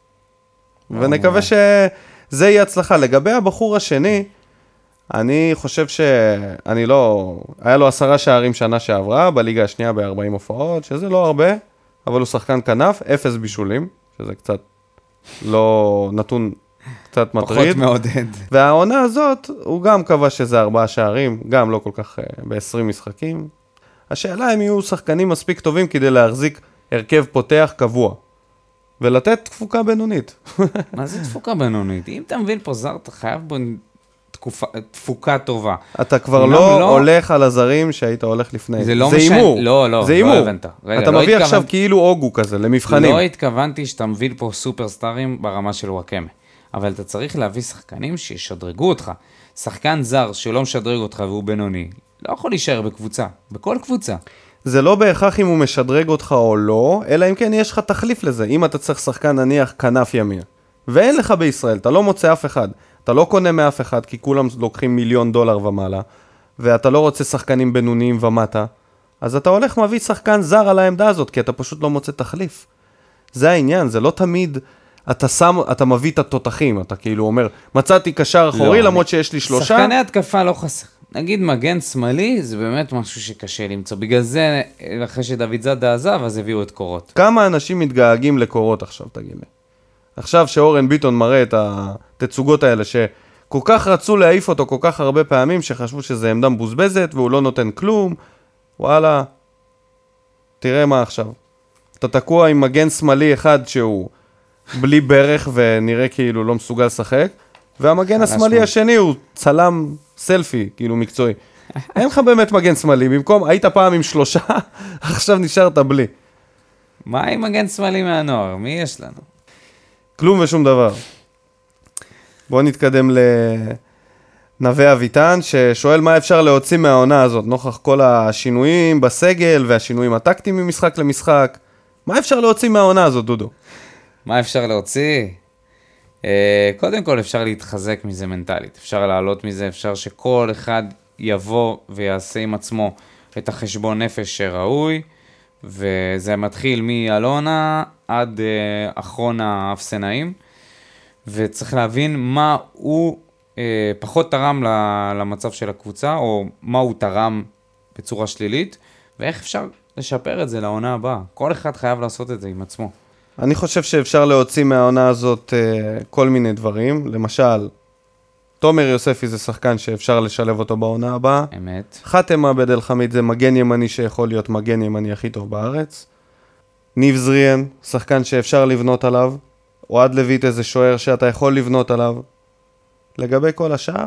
A: ונקווה שזה יהיה הצלחה. לגבי הבחור השני, אני חושב שאני לא... היה לו עשרה שערים שנה שעברה, בליגה השנייה ב-ארבעים הופעות, שזה לא הרבה, אבל הוא שחקן כנף, אפס בישולים, שזה קצת לא נתון קצת מטריד.
B: פחות מעודד.
A: והעונה הזאת, הוא גם קבע שזה ארבעה שערים, גם לא כל כך ב-עשרים משחקים. השאלה אם יהיו שחקנים מספיק טובים כדי להחזיק הרכב פותח קבוע. ולתת תפוקה בינונית.
B: מה זה תפוקה בינונית? אם אתה מבין פה זר, אתה חייב בו תקופה, תפוקה טובה.
A: אתה כבר לא, לא הולך על הזרים שהיית הולך לפני.
B: זה לא
A: זה
B: משנה.
A: אימור.
B: לא, לא,
A: זה
B: לא
A: אימור.
B: הבנת. רגע,
A: אתה
B: לא
A: מביא
B: התכוונ...
A: עכשיו כאילו אוגו כזה, למבחנים.
B: לא התכוונתי שאתה מביא פה סופרסטארים ברמה של וואקמה. אבל אתה צריך להביא שחקנים שישדרגו אותך. שחקן זר שלא משדרג אותך והוא בינוני, לא יכול להישאר בקבוצה, בכל קבוצה.
A: זה לא בהכרח אם הוא משדרג אותך או לא, אלא אם כן יש לך תחליף לזה. אם אתה צריך שחקן נניח כנף ימין, ואין לך בישראל, אתה לא מוצא אף אחד, אתה לא קונה מאף אחד, כי כולם לוקחים מיליון דולר ומעלה, ואתה לא רוצה שחקנים בינוניים ומטה, אז אתה הולך מביא שחקן זר על העמדה הזאת, כי אתה פשוט לא מוצא תחליף. זה העניין, זה לא תמיד, אתה שם, אתה מביא את התותחים, אתה כאילו אומר, מצאתי קשר אחורי, לא, למרות אני... שיש לי שלושה.
B: שחקני התקפה לא חסר. נגיד מגן שמאלי, זה באמת משהו שקשה למצוא. בגלל זה, אחרי שדוד זאדה עזב, אז הביאו את קורות.
A: כמה אנשים מתגעגעים לקורות עכשיו, תגיד לי? עכשיו שאורן ביטון מראה את התצוגות האלה, שכל כך רצו להעיף אותו כל כך הרבה פעמים, שחשבו שזה עמדה מבוזבזת, והוא לא נותן כלום, וואלה, תראה מה עכשיו. אתה תקוע עם מגן שמאלי אחד שהוא בלי ברך, ונראה כאילו לא מסוגל לשחק, והמגן השמאלי השני הוא צלם סלפי, כאילו מקצועי. אין לך באמת מגן שמאלי, במקום היית פעם עם שלושה, עכשיו נשארת בלי.
B: מה עם מגן שמאלי מהנוער? מי יש לנו?
A: כלום ושום דבר. בואו נתקדם לנווה אביטן, ששואל מה אפשר להוציא מהעונה הזאת, נוכח כל השינויים בסגל והשינויים הטקטיים ממשחק למשחק. מה אפשר להוציא מהעונה הזאת, דודו?
B: מה אפשר להוציא? קודם כל אפשר להתחזק מזה מנטלית, אפשר לעלות מזה, אפשר שכל אחד יבוא ויעשה עם עצמו את החשבון נפש שראוי, וזה מתחיל מאלונה עד uh, אחרון האפסנאים, וצריך להבין מה הוא uh, פחות תרם למצב של הקבוצה, או מה הוא תרם בצורה שלילית, ואיך אפשר לשפר את זה לעונה הבאה. כל אחד חייב לעשות את זה עם עצמו.
A: אני חושב שאפשר להוציא מהעונה הזאת uh, כל מיני דברים, למשל, תומר יוספי זה שחקן שאפשר לשלב אותו בעונה הבאה.
B: אמת.
A: חתם עבד אל חמיד זה מגן ימני שיכול להיות מגן ימני הכי טוב בארץ. ניב זריאן, שחקן שאפשר לבנות עליו. אוהד לויט איזה שוער שאתה יכול לבנות עליו. לגבי כל השאר?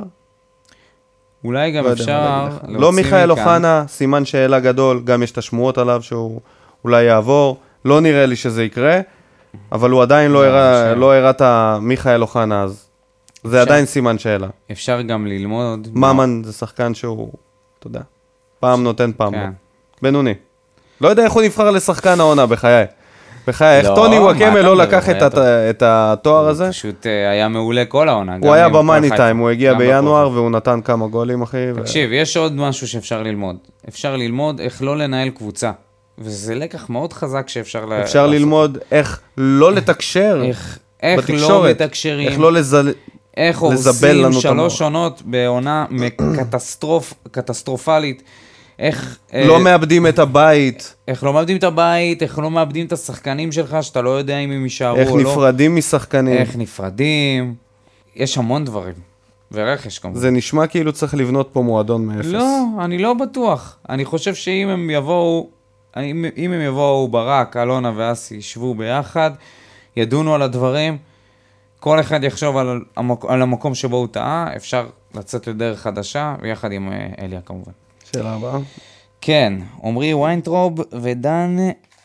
B: אולי גם לא אפשר
A: לא מיכאל אוחנה, סימן שאלה גדול, גם יש את השמועות עליו שהוא אולי יעבור. לא נראה לי שזה יקרה, אבל הוא עדיין לא הראה, לא הראה את מיכאל אוחנה אז. זה עדיין סימן שאלה.
B: אפשר גם ללמוד.
A: ממן זה שחקן שהוא, אתה יודע, פעם נותן פעם לא. בינוני. לא יודע איך הוא נבחר לשחקן העונה בחיי. בחיי, איך טוני וואקמה לא לקח את התואר הזה?
B: פשוט היה מעולה כל העונה.
A: הוא היה במאני טיים, הוא הגיע בינואר והוא נתן כמה גולים, אחי.
B: תקשיב, יש עוד משהו שאפשר ללמוד. אפשר ללמוד איך לא לנהל קבוצה. וזה לקח מאוד חזק שאפשר לעשות.
A: אפשר ללמוד איך לא לתקשר בתקשורת. איך לא לזל...
B: איך הורסים שלוש עונות בעונה קטסטרופ, קטסטרופלית, איך...
A: לא מאבדים את הבית.
B: איך לא מאבדים את הבית, איך לא מאבדים את השחקנים שלך, שאתה לא יודע אם הם יישארו
A: או לא. איך נפרדים משחקנים.
B: איך נפרדים. יש המון דברים. ורכש כמובן.
A: זה נשמע כאילו צריך לבנות פה מועדון מאפס.
B: לא, אני לא בטוח. אני חושב שאם הם יבואו, אם, אם הם יבואו ברק, אלונה ואסי, ישבו ביחד, ידונו על הדברים, כל אחד יחשוב על, המק... על המקום שבו הוא טעה, אפשר לצאת לדרך חדשה, ויחד עם אליה כמובן.
A: שאלה הבאה.
B: כן, עומרי ויינטרוב ודן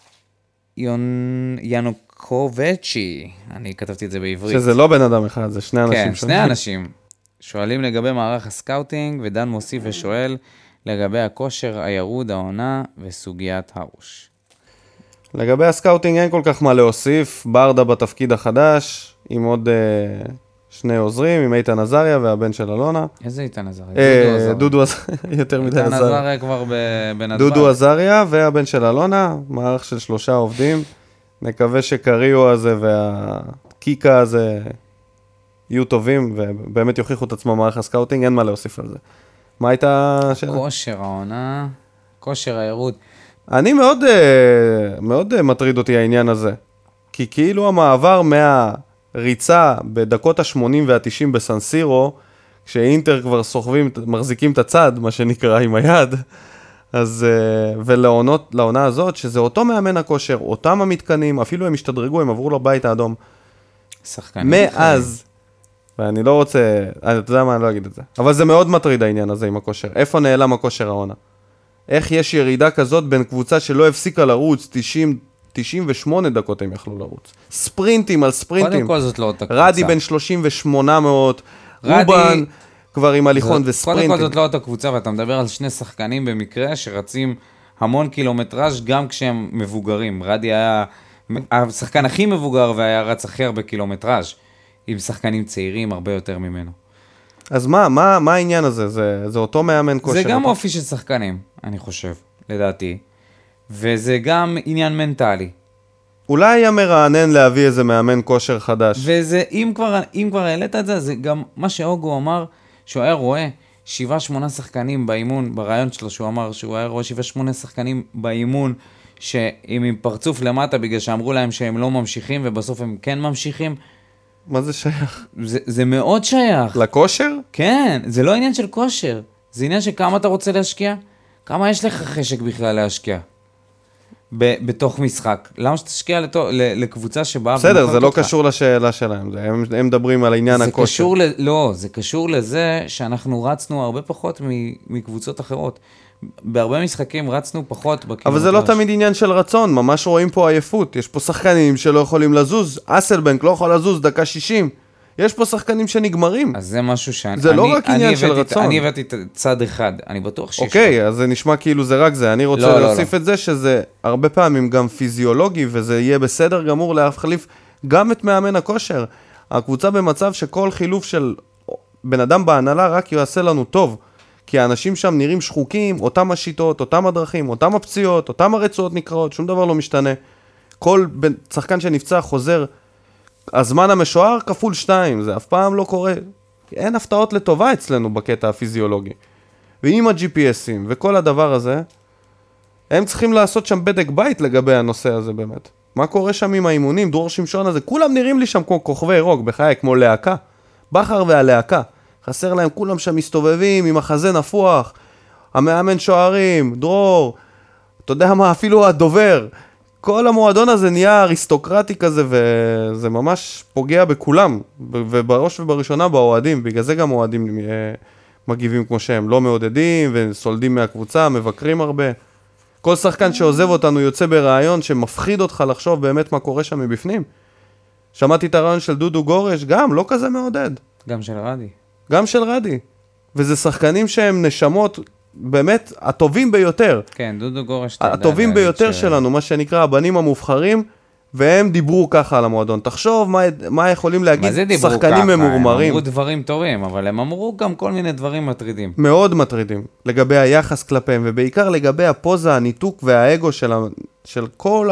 B: יונ... ינוקובצ'י, אני כתבתי את זה בעברית.
A: שזה לא בן אדם אחד, זה שני אנשים.
B: כן, שני אנשים. שואלים לגבי מערך הסקאוטינג, ודן מוסיף ושואל לגבי הכושר, הירוד, העונה וסוגיית הראש.
A: לגבי הסקאוטינג אין כל כך מה להוסיף, ברדה בתפקיד החדש, עם עוד uh, שני עוזרים, עם איתן עזריה והבן של אלונה.
B: איזה איתן עזריה?
A: אה, דודו עזריה, יותר מדי עזריה.
B: איתן עזריה כבר בנתב"ג.
A: דודו עזריה והבן של אלונה, מערך של שלושה עובדים. נקווה שקריו הזה והקיקה הזה יהיו טובים, ובאמת יוכיחו את עצמו מערך הסקאוטינג, אין מה להוסיף על זה. מה הייתה השאלה?
B: כושר העונה, כושר הירוד.
A: אני מאוד, מאוד מטריד אותי העניין הזה. כי כאילו המעבר ריצה בדקות ה-שמונים וה-תשעים בסנסירו, כשאינטר כבר סוחבים, מחזיקים את הצד, מה שנקרא, עם היד, אז, ולעונה הזאת, שזה אותו מאמן הכושר, אותם המתקנים, אפילו הם השתדרגו, הם עברו לבית האדום.
B: שחקנים.
A: מאז, ואני לא רוצה, אני אתה יודע מה, אני לא אגיד את זה, אבל זה מאוד מטריד העניין הזה עם הכושר. איפה נעלם הכושר העונה? איך יש ירידה כזאת בין קבוצה שלא הפסיקה לרוץ, תשעים, תשעים ושמונה דקות הם יכלו לרוץ. ספרינטים על ספרינטים.
B: קודם כל זאת לא אותה קבוצה.
A: רדי בין שלושים ושמונה מאות, רובן כבר עם הליכון וספרינטים.
B: קודם כל זאת לא אותה קבוצה, ואתה מדבר על שני שחקנים במקרה שרצים המון קילומטראז' גם כשהם מבוגרים. רדי היה השחקן הכי מבוגר והיה רץ הכי הרבה קילומטראז' עם שחקנים צעירים הרבה יותר ממנו.
A: אז מה, מה, מה העניין הזה? זה, זה אותו מאמן כושר.
B: זה גם אופי של שחקנים, אני חושב, לדעתי. וזה גם עניין מנטלי.
A: אולי היה מרענן להביא איזה מאמן כושר חדש.
B: וזה, אם כבר, אם כבר העלית את זה, זה גם מה שאוגו אמר, שהוא היה רואה שבעה שמונה שחקנים באימון, ברעיון שלו שהוא אמר שהוא היה רואה שבעה שמונה שחקנים באימון, שהם עם פרצוף למטה בגלל שאמרו להם שהם לא ממשיכים, ובסוף הם כן ממשיכים.
A: מה זה שייך?
B: זה, זה מאוד שייך.
A: לכושר?
B: כן, זה לא עניין של כושר. זה עניין של כמה אתה רוצה להשקיע, כמה יש לך חשק בכלל להשקיע. ב- בתוך משחק. למה שתשקיע לתו, ל- לקבוצה שבאה...
A: בסדר, זה לא אותך. קשור לשאלה שלהם, זה, הם, הם מדברים על העניין
B: זה
A: הכושר.
B: קשור ל- לא, זה קשור לזה שאנחנו רצנו הרבה פחות מ- מקבוצות אחרות. בהרבה משחקים רצנו פחות בקילומטראז'.
A: אבל זה לא תמיד עניין של רצון, ממש רואים פה עייפות. יש פה שחקנים שלא יכולים לזוז, אסלבנק לא יכול לזוז דקה שישים. יש פה שחקנים שנגמרים.
B: אז זה משהו שאני...
A: זה לא
B: אני,
A: רק עניין של
B: הבאתי,
A: רצון.
B: אני הבאתי את צד אחד, אני בטוח שיש...
A: אוקיי, אז זה נשמע כאילו זה רק זה. אני רוצה
B: לא,
A: להוסיף
B: לא,
A: את זה שזה הרבה פעמים גם פיזיולוגי, וזה יהיה בסדר גמור להחליף גם את מאמן הכושר. הקבוצה במצב שכל חילוף של בן אדם בהנהלה רק יעשה לנו טוב. כי האנשים שם נראים שחוקים, אותם השיטות, אותם הדרכים, אותם הפציעות, אותם הרצועות נקראות, שום דבר לא משתנה. כל שחקן שנפצע חוזר, הזמן המשוער כפול שתיים, זה אף פעם לא קורה. אין הפתעות לטובה אצלנו בקטע הפיזיולוגי. ועם ה-ג'י פי אסים וכל הדבר הזה, הם צריכים לעשות שם בדק בית לגבי הנושא הזה באמת. מה קורה שם עם האימונים, דרור שמשון הזה, כולם נראים לי שם כמו כוכבי רוק, בחיי, כמו להקה. בחר והלהקה. חסר להם, כולם שם מסתובבים עם החזה נפוח, המאמן שוערים, דרור, אתה יודע מה, אפילו הדובר. כל המועדון הזה נהיה אריסטוקרטי כזה, וזה ממש פוגע בכולם, ובראש ובראשונה באוהדים, בגלל זה גם אוהדים מגיבים כמו שהם, לא מעודדים וסולדים מהקבוצה, מבקרים הרבה. כל שחקן שעוזב אותנו יוצא ברעיון שמפחיד אותך לחשוב באמת מה קורה שם מבפנים. שמעתי את הרעיון של דודו גורש, גם לא כזה מעודד.
B: גם של רדי.
A: גם של רדי. וזה שחקנים שהם נשמות באמת הטובים ביותר.
B: כן, דודו גורש.
A: הטובים ביותר ש... שלנו, מה שנקרא הבנים המובחרים, והם דיברו ככה על המועדון. תחשוב מה, מה יכולים להגיד שחקנים ממורמרים.
B: הם אמרו דברים טובים, אבל הם אמרו גם כל מיני דברים מטרידים.
A: מאוד מטרידים, לגבי היחס כלפיהם, ובעיקר לגבי הפוזה, הניתוק והאגו של, ה... של כל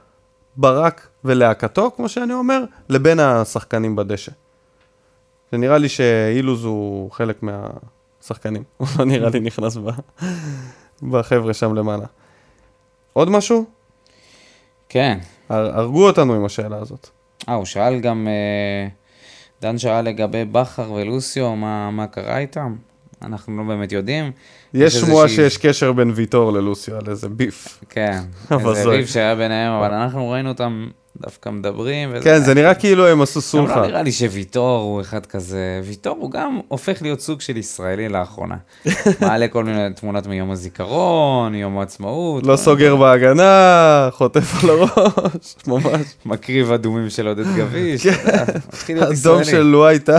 A: הברק ולהקתו, כמו שאני אומר, לבין השחקנים בדשא. זה נראה לי שאילוז הוא חלק מהשחקנים. הוא לא נראה לי נכנס ב... בחבר'ה שם למעלה. עוד משהו?
B: כן.
A: הרגו אותנו עם השאלה הזאת.
B: אה, הוא שאל גם, דן שאל לגבי בחר ולוסיו, מה, מה קרה איתם? אנחנו לא באמת יודעים.
A: יש שמועה שיש קשר בין ויטור ללוסיו, על איזה ביף.
B: כן, איזה ביף שהיה ביניהם, אבל אנחנו ראינו אותם דווקא מדברים.
A: כן, זה נראה כאילו הם עשו סולחה.
B: לא נראה לי שוויטור הוא אחד כזה, ויטור הוא גם הופך להיות סוג של ישראלי לאחרונה. מעלה כל מיני תמונות מיום הזיכרון, יום העצמאות.
A: לא סוגר בהגנה, חוטף על הראש, ממש.
B: מקריב אדומים של עודד גביש.
A: אדום של לואייטה.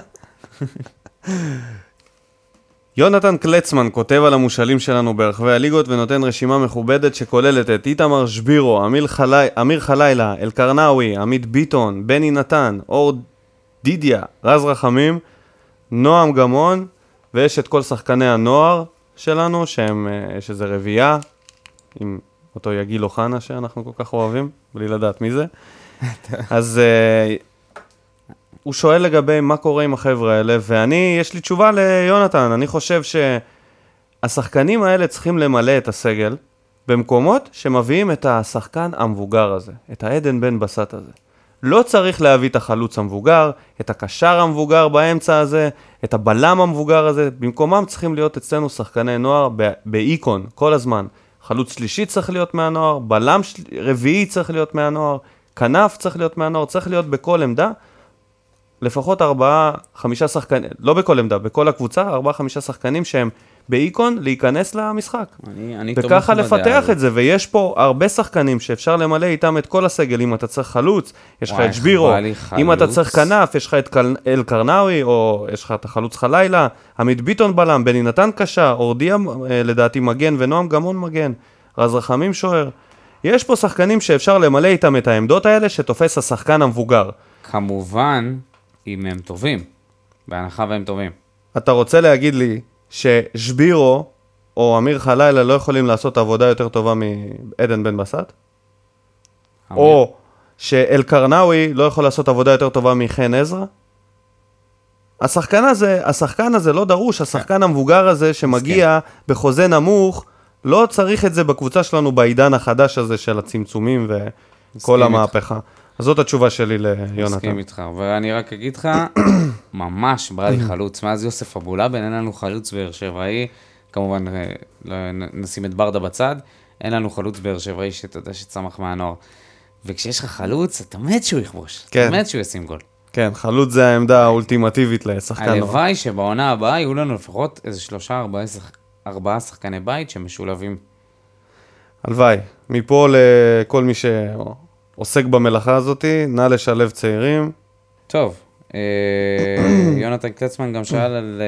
A: יונתן קלצמן כותב על המושלים שלנו ברחבי הליגות ונותן רשימה מכובדת שכוללת את איתמר שבירו, אמיר, חלי... אמיר חלילה, אלקרנאווי, עמית ביטון, בני נתן, אור דידיה, רז רחמים, נועם גמון, ויש את כל שחקני הנוער שלנו, שהם, שזה רביעה, עם אותו יגיל אוחנה שאנחנו כל כך אוהבים, בלי לדעת מי זה. אז... הוא שואל לגבי מה קורה עם החבר'ה האלה, ואני, יש לי תשובה ליונתן, אני חושב שהשחקנים האלה צריכים למלא את הסגל, במקומות שמביאים את השחקן המבוגר הזה, את העדן בן בסט הזה. לא צריך להביא את החלוץ המבוגר, את הקשר המבוגר באמצע הזה, את הבלם המבוגר הזה, במקומם צריכים להיות אצלנו שחקני נוער באיקון, כל הזמן. חלוץ שלישי צריך להיות מהנוער, בלם של... רביעי צריך להיות מהנוער, כנף צריך להיות מהנוער, צריך להיות בכל עמדה, לפחות ארבעה, חמישה שחקנים, לא בכל עמדה, בכל הקבוצה, ארבעה, חמישה שחקנים שהם באיקון להיכנס למשחק.
B: אני, אני
A: וככה לפתח את זה, ויש פה הרבה שחקנים שאפשר למלא איתם את כל הסגל, אם אתה צריך חלוץ, יש לך את שבירו, אם אתה צריך כנף, יש לך את אל קרנאוי, או יש לך את החלוץ חלילה, עמית ביטון בלם, בני נתן קשה, אורדיה לדעתי מגן, ונועם גמון מגן, רז רחמים שוער. יש פה שחקנים שאפשר למלא איתם את העמדות האלה, שתופס השחקן המבוגר.
B: כמובן, אם הם טובים, בהנחה והם טובים.
A: אתה רוצה להגיד לי ששבירו או אמיר חלילה לא יכולים לעשות עבודה יותר טובה מעדן בן בסט? אמיר. או שאל קרנאוי לא יכול לעשות עבודה יותר טובה מחן עזרא? השחקן הזה, השחקן הזה לא דרוש, השחקן המבוגר הזה שמגיע בחוזה נמוך, לא צריך את זה בקבוצה שלנו בעידן החדש הזה של הצמצומים וכל המהפכה. אז זאת התשובה שלי ליונתן.
B: מסכים איתך, ואני רק אגיד לך, ממש בא לי חלוץ, מאז יוסף אבולאבן, אין לנו חלוץ באר שבעי, כמובן נשים את ברדה בצד, אין לנו חלוץ באר שבעי שאתה יודע שצמח מהנוער. וכשיש לך חלוץ, אתה מת שהוא יכבוש, אתה מת שהוא ישים גול.
A: כן, חלוץ זה העמדה האולטימטיבית לשחקן נוער.
B: הלוואי שבעונה הבאה יהיו לנו לפחות איזה שלושה, ארבעה, ארבעה שחקני בית שמשולבים.
A: הלוואי, מפה לכל מי שעוסק במלאכה הזאת, נא לשלב צעירים.
B: טוב, יונתן קלצמן גם שאל על,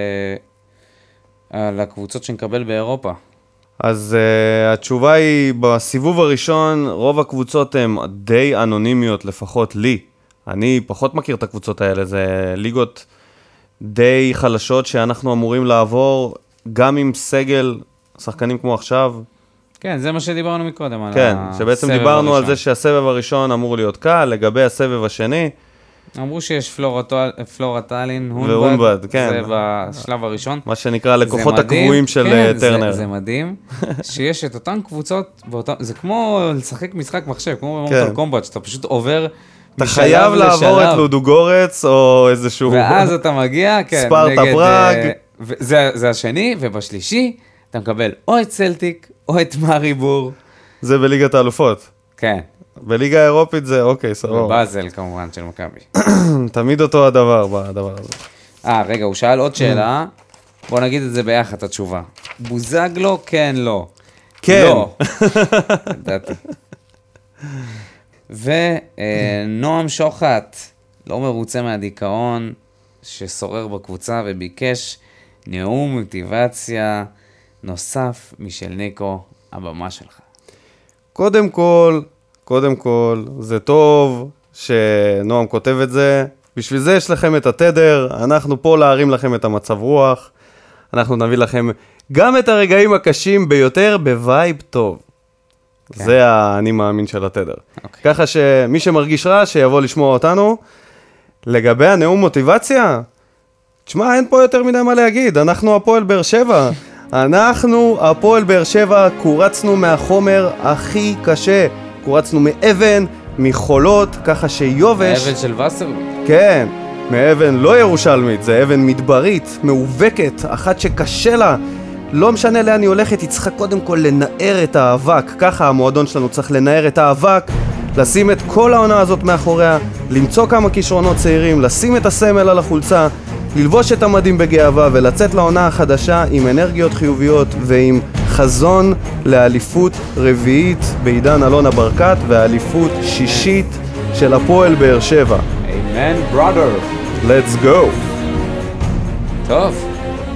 B: על הקבוצות שנקבל באירופה.
A: אז uh, התשובה היא, בסיבוב הראשון, רוב הקבוצות הן די אנונימיות, לפחות לי. אני פחות מכיר את הקבוצות האלה, זה ליגות די חלשות שאנחנו אמורים לעבור, גם עם סגל, שחקנים כמו עכשיו.
B: כן, זה מה שדיברנו מקודם.
A: כן, שבעצם דיברנו הראשון. על זה שהסבב הראשון אמור להיות קל, לגבי הסבב השני.
B: אמרו שיש פלורטלין,
A: והונבד, כן.
B: זה בשלב הראשון.
A: מה שנקרא לקוחות הקבועים של
B: כן,
A: טרנר.
B: זה, זה מדהים, שיש את אותן קבוצות, באותם, זה כמו לשחק משחק מחשב, כמו במורטל כן. קומבט, שאתה פשוט עובר
A: אתה חייב לעבור את לודוגורץ או איזשהו...
B: ואז אתה מגיע, כן,
A: ספרטה פראג.
B: זה, זה השני, ובשלישי אתה מקבל או את סלטיק, או את מאריבור.
A: זה בליגת האלופות.
B: כן.
A: בליגה האירופית זה אוקיי, סבבה.
B: ובאזל כמובן של מכבי.
A: תמיד אותו הדבר בדבר הזה.
B: אה, רגע, הוא שאל עוד שאלה. בוא נגיד את זה ביחד, התשובה. בוזגלו, כן, לא.
A: כן.
B: לא. ידעתי. ונועם שוחט, לא מרוצה מהדיכאון ששורר בקבוצה וביקש נאום מוטיבציה נוסף משל ניקו, הבמה שלך.
A: קודם כל, קודם כל, זה טוב שנועם כותב את זה. בשביל זה יש לכם את התדר, אנחנו פה להרים לכם את המצב רוח. אנחנו נביא לכם גם את הרגעים הקשים ביותר בווייב טוב. כן. זה האני מאמין של התדר. אוקיי. ככה שמי שמרגיש רע, שיבוא לשמוע אותנו. לגבי הנאום מוטיבציה, תשמע, אין פה יותר מדי מה להגיד. אנחנו הפועל באר שבע. אנחנו הפועל באר שבע, קורצנו מהחומר הכי קשה. קורצנו מאבן, מחולות, ככה שיובש...
B: מאבן של וסרמן.
A: כן, מאבן לא ירושלמית, זה אבן מדברית, מאובקת, אחת שקשה לה. לא משנה לאן היא הולכת, היא צריכה קודם כל לנער את האבק. ככה המועדון שלנו צריך לנער את האבק, לשים את כל העונה הזאת מאחוריה, למצוא כמה כישרונות צעירים, לשים את הסמל על החולצה, ללבוש את המדים בגאווה ולצאת לעונה החדשה עם אנרגיות חיוביות ועם חזון לאליפות רביעית בעידן אלונה ברקת ואליפות שישית של הפועל באר שבע.
B: Amen, brother.
A: Let's go.
B: טוב,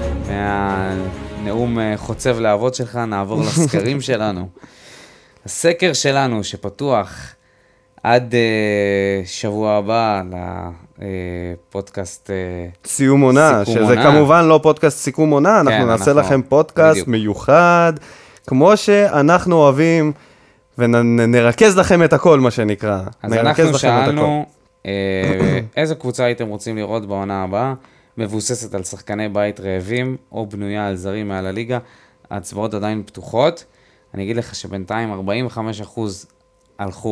B: מהנאום חוצב להבות שלך נעבור לסקרים שלנו. הסקר שלנו שפתוח עד uh, שבוע הבא לפודקאסט uh,
A: סיום עונה, שזה עונה. כמובן לא פודקאסט סיכום עונה, אנחנו כן, נעשה אנחנו... לכם פודקאסט בדיוק. מיוחד, כמו שאנחנו אוהבים, ונרכז לכם את הכל, מה שנקרא.
B: אז אנחנו שאלנו uh, איזה קבוצה הייתם רוצים לראות בעונה הבאה, מבוססת על שחקני בית רעבים, או בנויה על זרים מעל הליגה, ההצבעות עדיין פתוחות. אני אגיד לך שבינתיים ארבעים וחמישה אחוז הלכו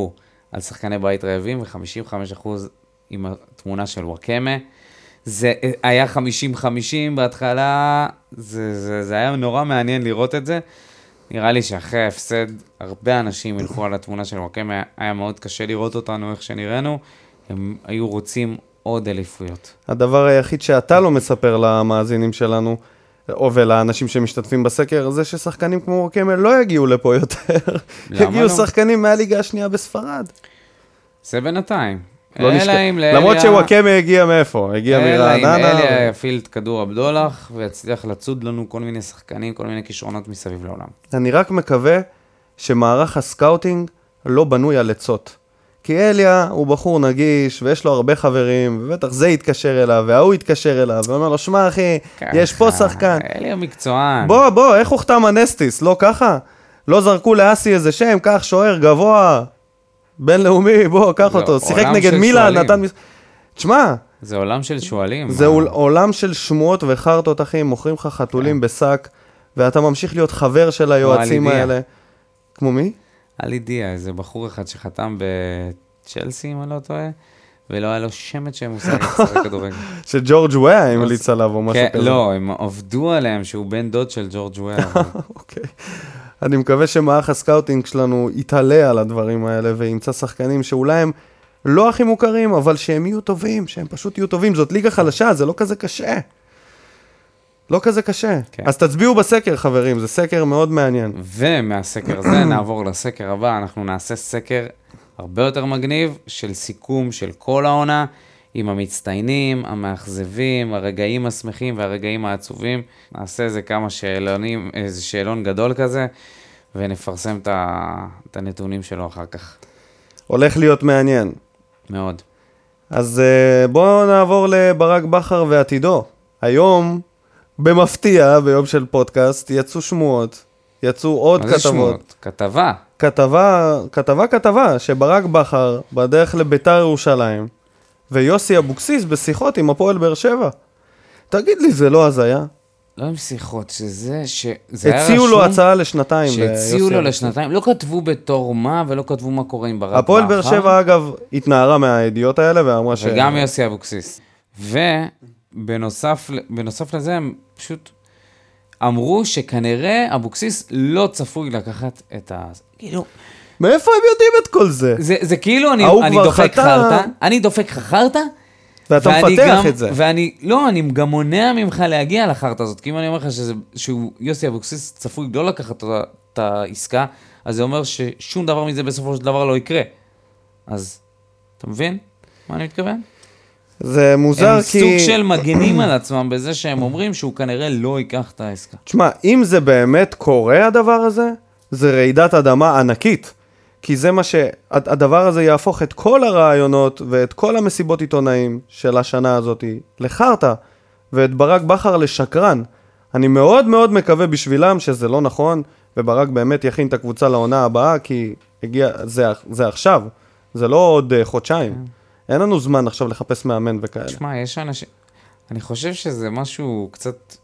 B: על שחקני בית רעבים, ו-חמישים וחמישה אחוז עם התמונה של וואקמה. זה היה חמישים חמישים בהתחלה, זה, זה, זה היה נורא מעניין לראות את זה. נראה לי שאחרי ההפסד, הרבה אנשים ילכו על התמונה של וואקמה, היה מאוד קשה לראות אותנו איך שנראינו, הם היו רוצים עוד אליפויות.
A: הדבר היחיד שאתה לא מספר למאזינים שלנו, או ולאנשים שמשתתפים בסקר, זה ששחקנים כמו וואקמה לא יגיעו לפה יותר. יגיעו לא? שחקנים מהליגה השנייה בספרד.
B: זה בינתיים.
A: לא נשכח. למרות שוואקמה הגיע מאיפה? הגיע מרעננה.
B: אלא אם אליה יפיל את כדור הבדולח, ויצליח לצוד לנו כל מיני שחקנים, כל מיני כישרונות מסביב לעולם.
A: אני רק מקווה שמערך הסקאוטינג לא בנוי על עצות. כי אליה הוא בחור נגיש, ויש לו הרבה חברים, ובטח זה יתקשר אליו, והוא יתקשר אליו, ואומר לו, שמע אחי, יש פה שחקן.
B: אליה מקצוען.
A: בוא, בוא, איך הוכתם הנסטיס? לא ככה? לא זרקו לאסי איזה שם, כך שוער גבוה, בינלאומי, בוא, קח אותו. שיחק נגד מילאן, נתן... תשמע.
B: זה עולם של שואלים.
A: זה עולם של שמועות וחרטות, אחי, מוכרים לך חתולים בשק, ואתה ממשיך להיות חבר של היועצים האלה. כמו מי?
B: אלי דיה, איזה בחור אחד שחתם בצ'לסי, אם אני לא טועה, ולא היה לו שמץ שהם עושים לשחק כדורגל.
A: שג'ורג' וויה המליץ עליו או משהו כזה.
B: לא, הם עבדו עליהם שהוא בן דוד של ג'ורג' וויה.
A: אוקיי. אני מקווה שמערך הסקאוטינג שלנו יתעלה על הדברים האלה, וימצא שחקנים שאולי הם לא הכי מוכרים, אבל שהם יהיו טובים, שהם פשוט יהיו טובים. זאת ליגה חלשה, זה לא כזה קשה. לא כזה קשה. כן. אז תצביעו בסקר, חברים, זה סקר מאוד מעניין.
B: ומהסקר הזה נעבור לסקר הבא, אנחנו נעשה סקר הרבה יותר מגניב, של סיכום של כל העונה, עם המצטיינים, המאכזבים, הרגעים השמחים והרגעים העצובים. נעשה איזה כמה שאלונים, איזה שאלון גדול כזה, ונפרסם את, ה... את הנתונים שלו אחר כך.
A: הולך להיות מעניין.
B: מאוד.
A: אז בואו נעבור לברק בכר ועתידו. היום... במפתיע, ביום של פודקאסט, יצאו שמועות, יצאו עוד כתבות. מה זה שמועות?
B: כתבה.
A: כתבה, כתבה, כתבה, שברק בכר בדרך לביתר ירושלים, ויוסי אבוקסיס בשיחות עם הפועל באר שבע. תגיד לי, זה לא הזיה?
B: לא עם שיחות, שזה...
A: הציעו לו הצעה לשנתיים.
B: שהציעו לו לשנתיים, לא כתבו בתור מה, ולא כתבו מה קורה עם ברק בכר.
A: הפועל באר שבע, אגב, התנערה מהידיעות האלה, ואמרה ש...
B: וגם יוסי אבוקסיס. ו... בנוסף, בנוסף לזה, הם פשוט אמרו שכנראה אבוקסיס לא צפוי לקחת את ה... כאילו...
A: מאיפה הם יודעים את כל זה?
B: זה, זה כאילו אני, אני דופק חתה... חרטה, אני דופק חרטה,
A: ואתה מפתח
B: גם,
A: את זה.
B: ואני, לא, אני גם מונע ממך להגיע לחרטה הזאת, כי אם אני אומר לך שזה, שהוא יוסי אבוקסיס צפוי לא לקחת את העסקה, אז זה אומר ששום דבר מזה בסופו של דבר לא יקרה. אז, אתה מבין מה אני מתכוון?
A: זה מוזר
B: הם
A: כי...
B: הם סוג של מגנים על עצמם בזה שהם אומרים שהוא כנראה לא ייקח את העסקה.
A: תשמע, אם זה באמת קורה הדבר הזה, זה רעידת אדמה ענקית. כי זה מה ש... הדבר הזה יהפוך את כל הרעיונות ואת כל המסיבות עיתונאים של השנה הזאת לחרטה, ואת ברק בכר לשקרן. אני מאוד מאוד מקווה בשבילם שזה לא נכון, וברק באמת יכין את הקבוצה לעונה הבאה, כי הגיע... זה, זה עכשיו, זה לא עוד חודשיים. אין לנו זמן עכשיו לחפש מאמן וכאלה.
B: תשמע, יש אנשים... אני חושב שזה משהו קצת...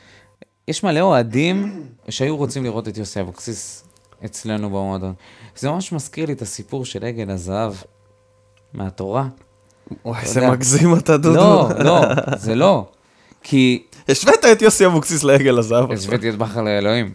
B: יש מלא אוהדים שהיו רוצים לראות את יוסי אבוקסיס אצלנו במועדון. זה ממש מזכיר לי את הסיפור של עגל הזהב מהתורה.
A: וואי, זה מגזים אתה דודו.
B: לא, לא, זה לא. כי...
A: השווית את יוסי אבוקסיס לעגל הזהב.
B: השוויתי את בכר לאלוהים.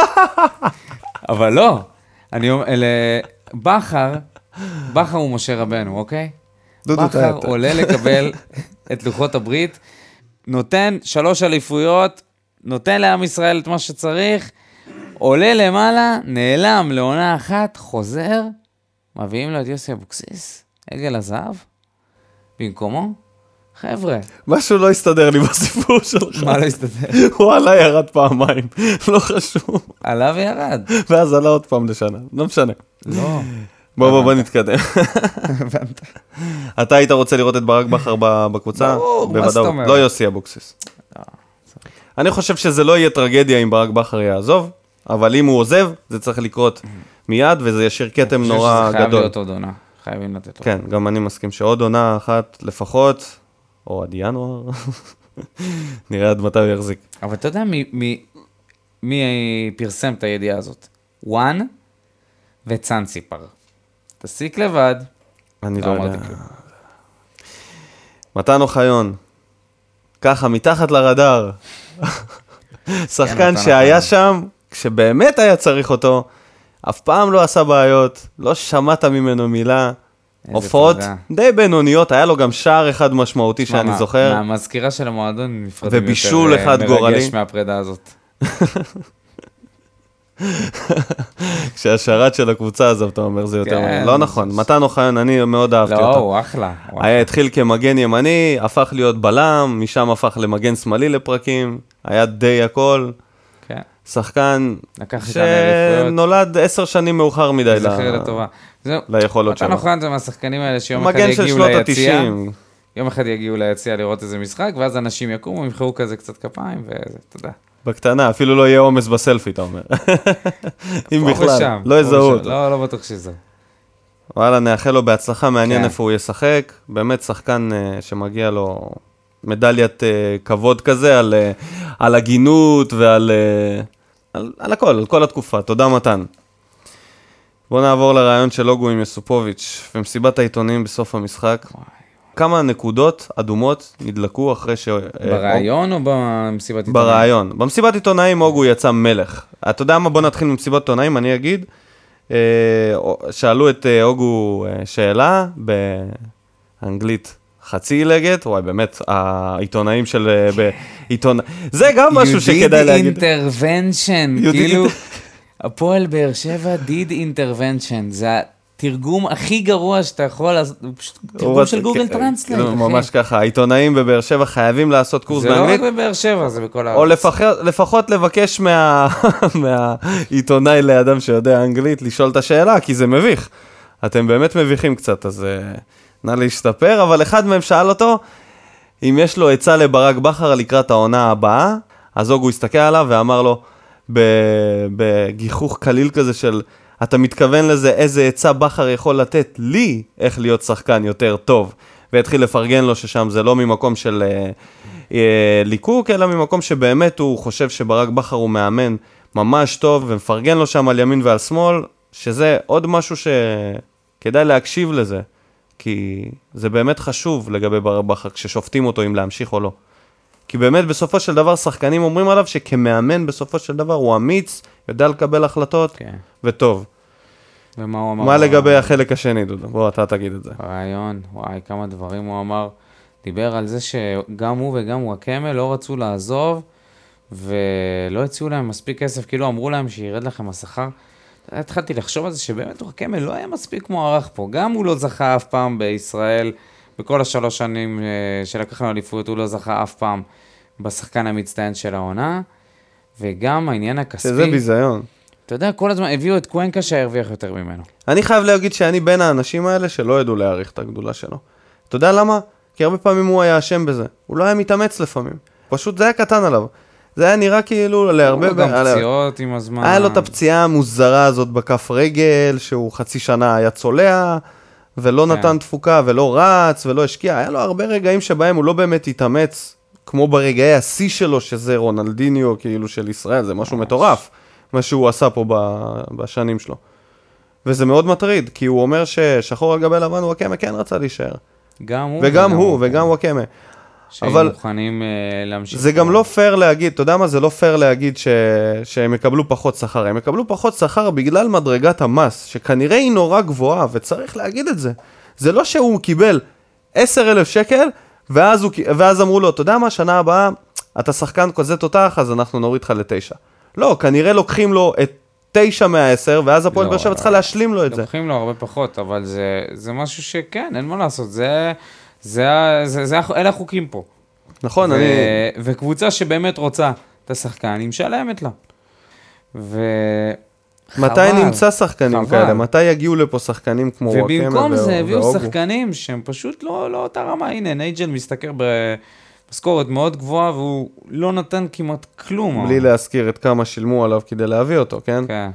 B: אבל לא. אני אומר... בכר, בכר הוא משה רבנו, אוקיי? בכר עולה לקבל את לוחות הברית, נותן שלוש אליפויות, נותן לעם ישראל את מה שצריך, עולה למעלה, נעלם לעונה אחת, חוזר, מביאים לו את יוסי אבוקסיס, עגל הזהב, במקומו, חבר'ה.
A: משהו לא הסתדר לי בסיפור שלך.
B: מה לא הסתדר?
A: הוא עלה ירד פעמיים, לא חשוב.
B: עלה וירד.
A: ואז עלה עוד פעם לשנה, לא משנה.
B: לא.
A: בוא בוא בוא נתקדם. אתה היית רוצה לראות את ברק בכר בקבוצה? בוודאות. לא יוסי אבוקסיס. אני חושב שזה לא יהיה טרגדיה אם ברק בכר יעזוב, אבל אם הוא עוזב, זה צריך לקרות מיד, וזה ישיר כתם נורא גדול.
B: חייב להיות עוד עונה. חייבים לתת עוד.
A: כן, גם אני מסכים שעוד עונה אחת לפחות, או עד ינואר, נראה עד מתי הוא יחזיק.
B: אבל אתה יודע מי פרסם את הידיעה הזאת? וואן וצאנציפר. תסיק לבד.
A: אני
B: לא
A: לא
B: אמרתי
A: יודע.
B: כלום.
A: מתן אוחיון, ככה, מתחת לרדאר. שחקן
B: מתן
A: שהיה
B: אוחיון.
A: שם, כשבאמת היה צריך אותו, אף פעם לא עשה בעיות, לא שמעת ממנו מילה.
B: איזה
A: הופעות
B: תודה.
A: די בינוניות, היה לו גם שער אחד משמעותי שאני
B: מה,
A: זוכר.
B: מהמזכירה של המועדון נפרדים
A: ובישול
B: יותר,
A: אחד
B: אה,
A: גורלי.
B: מרגש מהפרידה הזאת.
A: כשהשרת של הקבוצה עזב, אתה אומר, זה יותר...
B: כן,
A: לא
B: זה-
A: נכון, מתן אוחיון, אני מאוד אהבתי
B: לא,
A: אותו.
B: הוא אחלה. הוא
A: היה
B: אחלה.
A: התחיל כמגן ימני, הפך להיות בלם, משם הפך למגן שמאלי לפרקים, היה די הכל.
B: כן,
A: שחקן
B: לקח איתנו אליפויות.
A: שנולד עשר שנים מאוחר מדי
B: זכר
A: ל-
B: לטובה. זהו,
A: ליכולות
B: מתן
A: שלו.
B: אוחיון זה מהשחקנים האלה שיום אחד
A: מגן של
B: יגיעו
A: שנות
B: ליציע,
A: ה-תשעים.
B: יום אחד יגיעו ליציע לראות איזה משחק, ואז אנשים יקומו, ימחאו כזה קצת כפיים, וזה, תודה.
A: בקטנה, אפילו לא יהיה עומס בסלפי, אתה אומר. אם
B: פה
A: בכלל,
B: ושם,
A: לא
B: פה
A: יזהו
B: ושם.
A: אותו.
B: לא, לא בטוח שזה.
A: וואלה, נאחל לו בהצלחה, מעניין
B: כן.
A: איפה הוא ישחק. באמת שחקן אה, שמגיע לו מדליית אה, כבוד כזה על, אה, על הגינות ועל אה, על, על הכל, על כל התקופה. תודה מתן. בואו נעבור לרעיון של אוגו עם יסופוביץ' ומסיבת העיתונים בסוף המשחק. כמה נקודות אדומות נדלקו אחרי ש...
B: ברעיון או במסיבת עיתונאים?
A: ברעיון. במסיבת עיתונאים אוגו יצא מלך. אתה יודע מה? בוא נתחיל ממסיבת עיתונאים, אני אגיד. אה, שאלו את אה, אוגו אה, שאלה באנגלית חצי עילגת, וואי באמת, העיתונאים של... אה, בעיתונא... זה גם משהו שכדאי להגיד.
B: You did intervention,
A: You did
B: כאילו, הפועל באר שבע did intervention, זה התרגום הכי גרוע שאתה יכול לעשות, הוא פשוט תרגום
A: רצ-
B: של גוגל
A: כן,
B: טרנסלייט,
A: כאילו,
B: אחי.
A: ממש ככה, העיתונאים בבאר שבע חייבים לעשות קורס
B: זה לא רק
A: באנגלית,
B: בבאר שבע, זה בכל הארץ.
A: או לפח- לפחות לבקש מה- מהעיתונאי לידם שיודע אנגלית, לשאול את השאלה, כי זה מביך. אתם באמת מביכים קצת, אז אה, נא להשתפר, אבל אחד מהם שאל אותו, אם יש לו עצה לברק בכר לקראת העונה הבאה, אז אוגו הסתכל עליו ואמר לו, ב- בגיחוך קליל כזה של, אתה מתכוון לזה איזה עצה בכר יכול לתת לי איך להיות שחקן יותר טוב, והתחיל לפרגן לו ששם זה לא ממקום של אה, אה, ליקוק, אלא ממקום שבאמת הוא חושב שברק בכר הוא מאמן ממש טוב, ומפרגן לו שם על ימין ועל שמאל, שזה עוד משהו שכדאי להקשיב לזה, כי זה באמת חשוב לגבי ברק בכר, כששופטים אותו אם להמשיך או לא. כי באמת בסופו של דבר שחקנים אומרים עליו שכמאמן בסופו של דבר הוא אמיץ, יודע לקבל החלטות,
B: כן.
A: וטוב.
B: ומה הוא אמר?
A: מה לגבי החלק השני, דודו? בוא, אתה תגיד את זה.
B: רעיון, וואי, כמה דברים הוא אמר. דיבר על זה שגם הוא וגם וואקמה לא רצו לעזוב, ולא הציעו להם מספיק כסף, כאילו אמרו להם שירד לכם השכר. התחלתי לחשוב על זה שבאמת וואקמה לא היה מספיק מוערך פה. גם הוא לא זכה אף פעם בישראל, בכל השלוש שנים אה, שלקחנו אליפות, הוא לא זכה אף פעם בשחקן המצטיין של העונה, וגם העניין הכספי.
A: שזה ביזיון.
B: אתה יודע, כל הזמן הביאו את קוונקה שהרוויח יותר ממנו.
A: אני חייב להגיד שאני בין האנשים האלה שלא ידעו להעריך את הגדולה שלו. אתה יודע למה? כי הרבה פעמים הוא היה אשם בזה. הוא לא היה מתאמץ לפעמים. פשוט זה היה קטן עליו. זה היה נראה כאילו להרבה...
B: הוא גם
A: היה-
B: פציעות עם הזמן.
A: היה לו את הפציעה המוזרה הזאת בכף רגל, שהוא חצי שנה היה צולע, ולא
B: כן.
A: נתן תפוקה, ולא רץ, ולא השקיע. היה לו הרבה רגעים שבהם הוא לא באמת התאמץ, כמו ברגעי השיא שלו, שזה רונלדיניו כאילו של ישראל, זה משהו מטורף, מה שהוא עשה פה ב- בשנים שלו. וזה מאוד מטריד, כי הוא אומר ששחור על גבי לבן, וואקמה כן רצה להישאר.
B: גם הוא.
A: וגם הוא, וגם וואקמה.
B: שהם
A: אבל-
B: מוכנים uh, להמשיך.
A: זה גם
B: פה.
A: לא פייר להגיד, אתה יודע מה? זה לא פייר להגיד ש... שהם יקבלו פחות שכר. הם יקבלו פחות שכר בגלל מדרגת המס, שכנראה היא נורא גבוהה, וצריך להגיד את זה. זה לא שהוא קיבל עשרת אלפים שקל, ואז, הוא... ואז אמרו לו, אתה יודע מה? שנה הבאה, אתה שחקן כזה תותח, אז אנחנו נוריד לך לתשע. לא, כנראה לוקחים לו את תשע מהעשר, ואז הפועל
B: לא,
A: באר שבע צריכה להשלים לו את זה.
B: לוקחים לו הרבה פחות, אבל זה, זה משהו שכן, אין מה לעשות. זה, זה, ה- זה, זה, אלה החוקים פה.
A: נכון,
B: ו-
A: אני...
B: וקבוצה שבאמת רוצה את השחקן, היא משלמת לה. ו...
A: מתי
B: חבל,
A: נמצא שחקנים
B: חבל.
A: כאלה? מתי יגיעו לפה שחקנים כמו וואקמה
B: ובמקום
A: ו-
B: זה הביאו
A: ואוגו?
B: שחקנים שהם פשוט לא, לא אותה רמה. הנה, נייג'ל מסתכר במשכורת מאוד גבוהה, והוא לא נתן כמעט כלום.
A: בלי להזכיר את כמה שילמו עליו כדי להביא אותו, כן?
B: כן.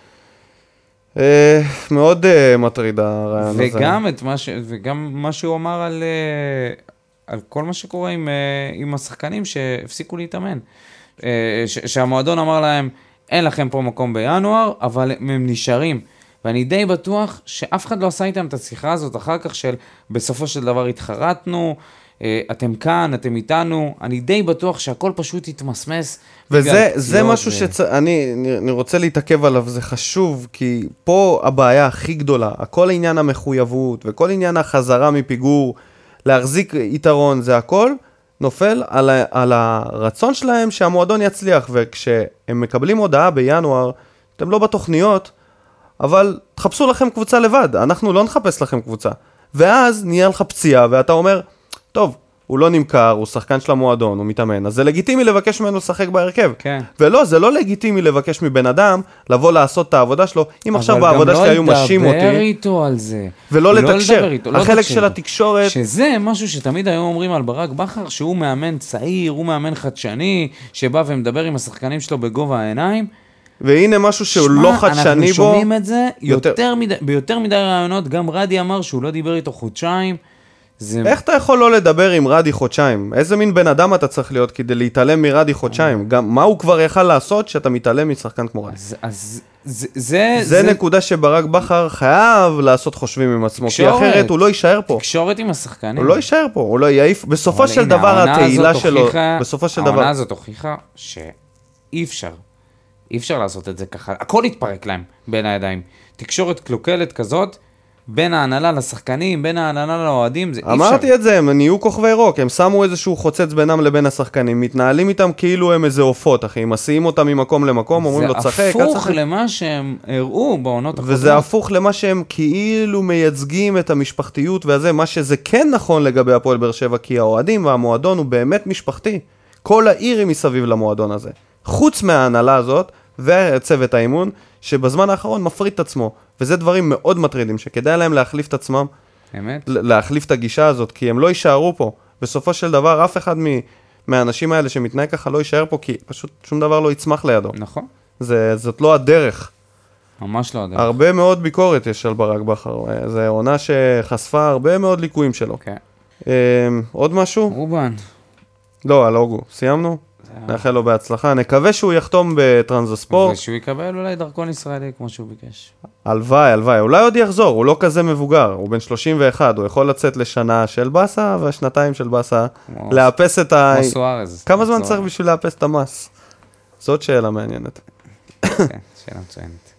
A: אה, מאוד אה, מטריד הרעיון הזה.
B: וגם, את מה ש... וגם מה שהוא אמר על, אה, על כל מה שקורה עם, אה, עם השחקנים שהפסיקו להתאמן. אה, ש... שהמועדון אמר להם, אין לכם פה מקום בינואר, אבל הם נשארים. ואני די בטוח שאף אחד לא עשה איתם את השיחה הזאת אחר כך של בסופו של דבר התחרטנו, אתם כאן, אתם איתנו, אני די בטוח שהכל פשוט יתמסמס.
A: וזה זה משהו שאני אני רוצה להתעכב עליו, זה חשוב, כי פה הבעיה הכי גדולה, הכל עניין המחויבות, וכל עניין החזרה מפיגור, להחזיק יתרון, זה הכל נופל על, על הרצון שלהם שהמועדון יצליח, וכשהם מקבלים הודעה בינואר, אתם לא בתוכניות, אבל תחפשו לכם קבוצה לבד, אנחנו לא נחפש לכם קבוצה. ואז נהיה לך פציעה, ואתה אומר, טוב, הוא לא נמכר, הוא שחקן של המועדון, הוא מתאמן, אז זה לגיטימי לבקש ממנו לשחק בהרכב.
B: כן.
A: ולא, זה לא לגיטימי לבקש מבן אדם לבוא לעשות את העבודה שלו, אם עכשיו בעבודה שלי היו משים אותי.
B: אבל גם לא לדבר איתו על זה.
A: ולא לתקשר. החלק של התקשורת.
B: שזה משהו שתמיד היום אומרים על ברק בכר, שהוא מאמן צעיר, הוא מאמן חדשני, שבא ומדבר עם השחקנים שלו בגובה העיניים.
A: והנה משהו שהוא לא חדשני בו.
B: אנחנו שומעים את זה יותר מדי, ביותר מדי רעיונות, גם רדי אמר שהוא לא דיבר איתו חודשיים. זה... איך
A: אתה יכול לא לדבר עם רדי חודשיים? איזה מין בן אדם אתה צריך להיות כדי להתעלם מרדי חודשיים? גם מה הוא כבר יכל לעשות שאתה מתעלם משחקן כמו רדי?
B: אז, אז זה, זה,
A: זה, זה נקודה שברק בכר חייב לעשות חושבים עם עצמו, תקשורת, כי אחרת הוא לא יישאר פה.
B: תקשורת עם השחקנים.
A: הוא לא יישאר פה, הוא לא יעיף. בסופו של הנה, דבר התהילה שלו, הוכיחה, בסופו של
B: העונה
A: דבר...
B: הזאת הוכיחה שאי אפשר, אי אפשר לעשות את זה ככה. הכל יתפרק להם בין הידיים. תקשורת קלוקלת כזאת, בין ההנהלה לשחקנים, בין ההנהלה לאוהדים, זה אי אפשר.
A: אמרתי את זה, הם נהיו כוכבי רוק, הם שמו איזשהו חוצץ בינם לבין השחקנים, מתנהלים איתם כאילו הם איזה עופות, אחי, מסיעים אותם ממקום למקום, אומרים לו צחק.
B: זה הפוך למה שהם הראו בעונות הקודמות.
A: וזה הפוך למה שהם כאילו מייצגים את המשפחתיות והזה, מה שזה כן נכון לגבי הפועל באר שבע, כי האוהדים והמועדון הוא באמת משפחתי. כל העיר היא מסביב למועדון הזה. חוץ מההנהלה הזאת וצוות האימון, שבזמן האחרון מפריד את עצמו. וזה דברים מאוד מטרידים, שכדאי להם להחליף את עצמם,
B: אמת?
A: להחליף את הגישה הזאת, כי הם לא יישארו פה. בסופו של דבר, אף אחד מהאנשים האלה שמתנהג ככה לא יישאר פה, כי פשוט שום דבר לא יצמח לידו.
B: נכון.
A: זה, זאת לא הדרך.
B: ממש לא הדרך.
A: הרבה מאוד ביקורת יש על ברק בכר. זו עונה שחשפה הרבה מאוד ליקויים שלו.
B: כן.
A: עוד משהו?
B: רובן.
A: לא, על אוגו. סיימנו? נאחל לו בהצלחה, נקווה שהוא יחתום בטרנזספורט.
B: ושהוא יקבל אולי דרכון ישראלי כמו שהוא ביקש.
A: הלוואי, הלוואי, אולי עוד יחזור, הוא לא כזה מבוגר, הוא בן שלושים ואחת, הוא יכול לצאת לשנה של בסה, והשנתיים של בסה, לאפס את ה...
B: כמו סוארז.
A: כמה זמן צריך בשביל לאפס את המס? זאת שאלה מעניינת.
B: כן, שאלה מצוינת.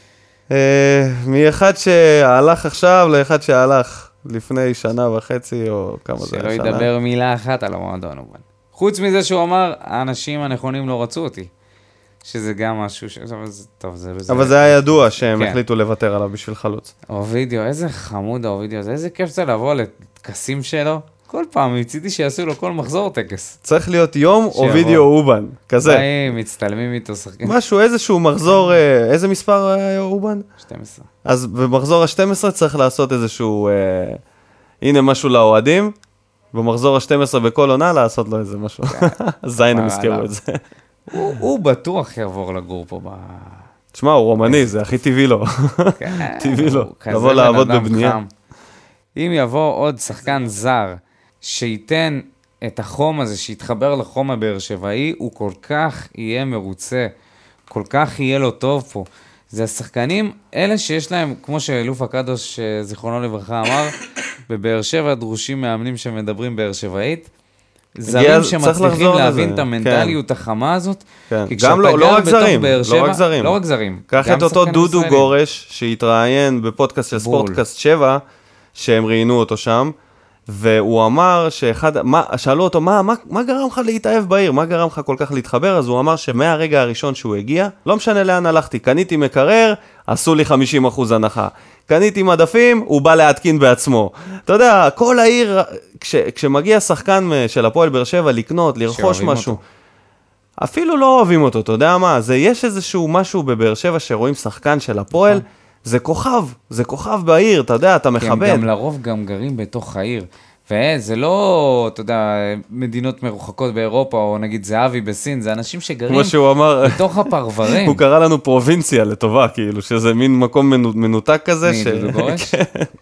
A: מאחד שהלך עכשיו לאחד שהלך לפני שנה וחצי, או כמה זה
B: שנה. שלא ידבר מילה אחת על המועדון, אובן. חוץ מזה שהוא אמר, האנשים הנכונים לא רצו אותי. שזה גם משהו, ש... טוב, זה...
A: אבל זה היה ידוע שהם החליטו לוותר עליו בשביל חלוץ.
B: אובידיו, איזה חמוד האובידיו הזה, איזה כיף זה לבוא לטקסים שלו. כל פעם, מצידי שיעשו לו כל מחזור טקס.
A: צריך להיות יום אובידיו אובן, כזה.
B: באים, מצטלמים איתו, שחקים.
A: משהו, איזשהו מחזור, איזה מספר אובן?
B: שתים עשרה.
A: אז במחזור ה-שתים עשרה צריך לעשות איזשהו, הנה משהו לאוהדים, במחזור ה-שתים עשרה בכל עונה לעשות לו איזה משהו. זין הם הזכירו את זה.
B: הוא בטוח יעבור לגור פה ב...
A: תשמע, הוא רומני, זה הכי טבעי לו. טבעי לו, לבוא לעבוד בבנייה.
B: אם יבוא עוד שחקן זר, שייתן את החום הזה, שיתחבר לחום הבאר שבעי, הוא כל כך יהיה מרוצה, כל כך יהיה לו טוב פה. זה השחקנים, אלה שיש להם, כמו שאלוף הקדוש, זיכרונו לברכה אמר, בבאר שבע דרושים מאמנים שמדברים באר שבעית, זרים שמצליחים להבין את המנטליות החמה הזאת,
A: כי כשאתה גר בתוך באר שבע,
B: לא רק זרים,
A: קח את אותו דודו גורש, שהתראיין בפודקאסט של ספורטקאסט שבע, שהם ראיינו אותו שם, והוא אמר שאחד, מה, שאלו אותו, מה, מה, מה גרם לך להתאהב בעיר? מה גרם לך כל כך להתחבר? אז הוא אמר שמהרגע הראשון שהוא הגיע, לא משנה לאן הלכתי, קניתי מקרר, עשו לי חמישים אחוז הנחה. קניתי מדפים, הוא בא להתקין בעצמו. אתה יודע, כל העיר, כש, כשמגיע שחקן של הפועל באר שבע לקנות, לרכוש משהו, אותו. אפילו לא אוהבים אותו, אתה יודע מה? זה, יש איזשהו משהו בבאר שבע שרואים שחקן של הפועל, זה כוכב, זה כוכב בעיר, אתה יודע, אתה מכבד.
B: הם גם לרוב גם גרים בתוך העיר, וזה לא, אתה יודע, מדינות מרוחקות באירופה, או נגיד זהבי בסין, זה אנשים שגרים
A: אמר,
B: בתוך הפרברים.
A: הוא קרא לנו פרובינציה לטובה, כאילו, שזה מין מקום מנותק כזה.
B: מי, ש... דודו גורש?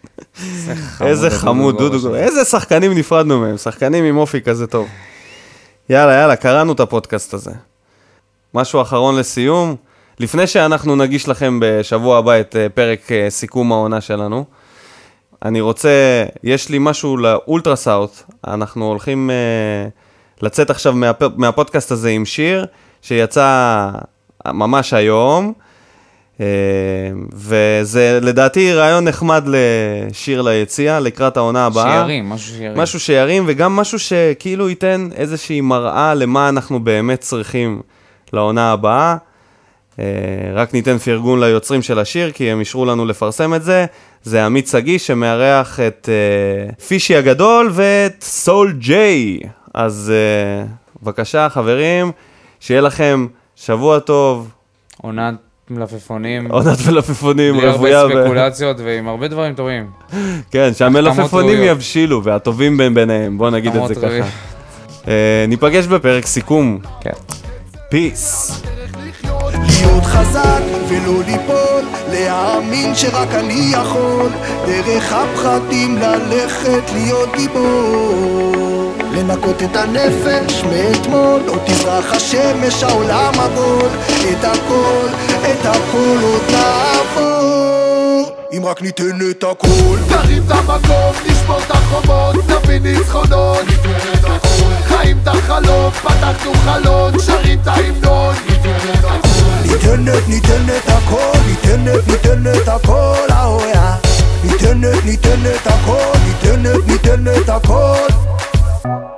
A: איזה חמוד, דודו גורש. איזה שחקנים נפרדנו מהם, שחקנים עם אופי כזה טוב. יאללה, יאללה, קראנו את הפודקאסט הזה. משהו אחרון לסיום, לפני שאנחנו נגיש לכם בשבוע הבא את פרק סיכום העונה שלנו, אני רוצה, יש לי משהו לאולטרסאוט, אנחנו הולכים uh, לצאת עכשיו מהפ, מהפודקאסט הזה עם שיר, שיצא ממש היום, uh, וזה לדעתי רעיון נחמד לשיר ליציאה, לקראת העונה הבאה.
B: שירים, משהו שירים.
A: משהו שירים, וגם משהו שכאילו ייתן איזושהי מראה למה אנחנו באמת צריכים לעונה הבאה. Uh, רק ניתן פרגון ליוצרים של השיר, כי הם אישרו לנו לפרסם את זה. זה עמית סגי שמארח את uh, פישי הגדול ואת סול ג'יי. אז uh, בבקשה חברים, שיהיה לכם שבוע טוב.
B: עונת מלפפונים.
A: עונת מלפפונים
B: רוויה. בלי הרבה
A: ו...
B: ספקולציות ועם הרבה דברים טובים.
A: כן, שהמלפפונים יבשילו והטובים בין ביניהם, בוא נגיד את זה ככה. uh, ניפגש בפרק סיכום.
B: כן.
A: פיס.
D: להיות חזק ולא ליפול, להאמין שרק אני יכול, דרך הפחדים ללכת להיות גיבור, לנקות את הנפש מאתמול, עוד תזרח השמש העולם עגול, את הכל, את הכל עוד נעבור, אם רק ניתן את הכל. תרים את המקום, נשבור את החומות, נביא ניצחונות, ניתן את הכל, חיים את החלום, פתחנו חלון, שרים את ההמנון, ניתן את הכל, ניתנת, ניתנת הכל, ניתנת, ניתנת הכל, ההויה, ניתנת, ניתנת הכל, ניתנת, ניתנת הכל.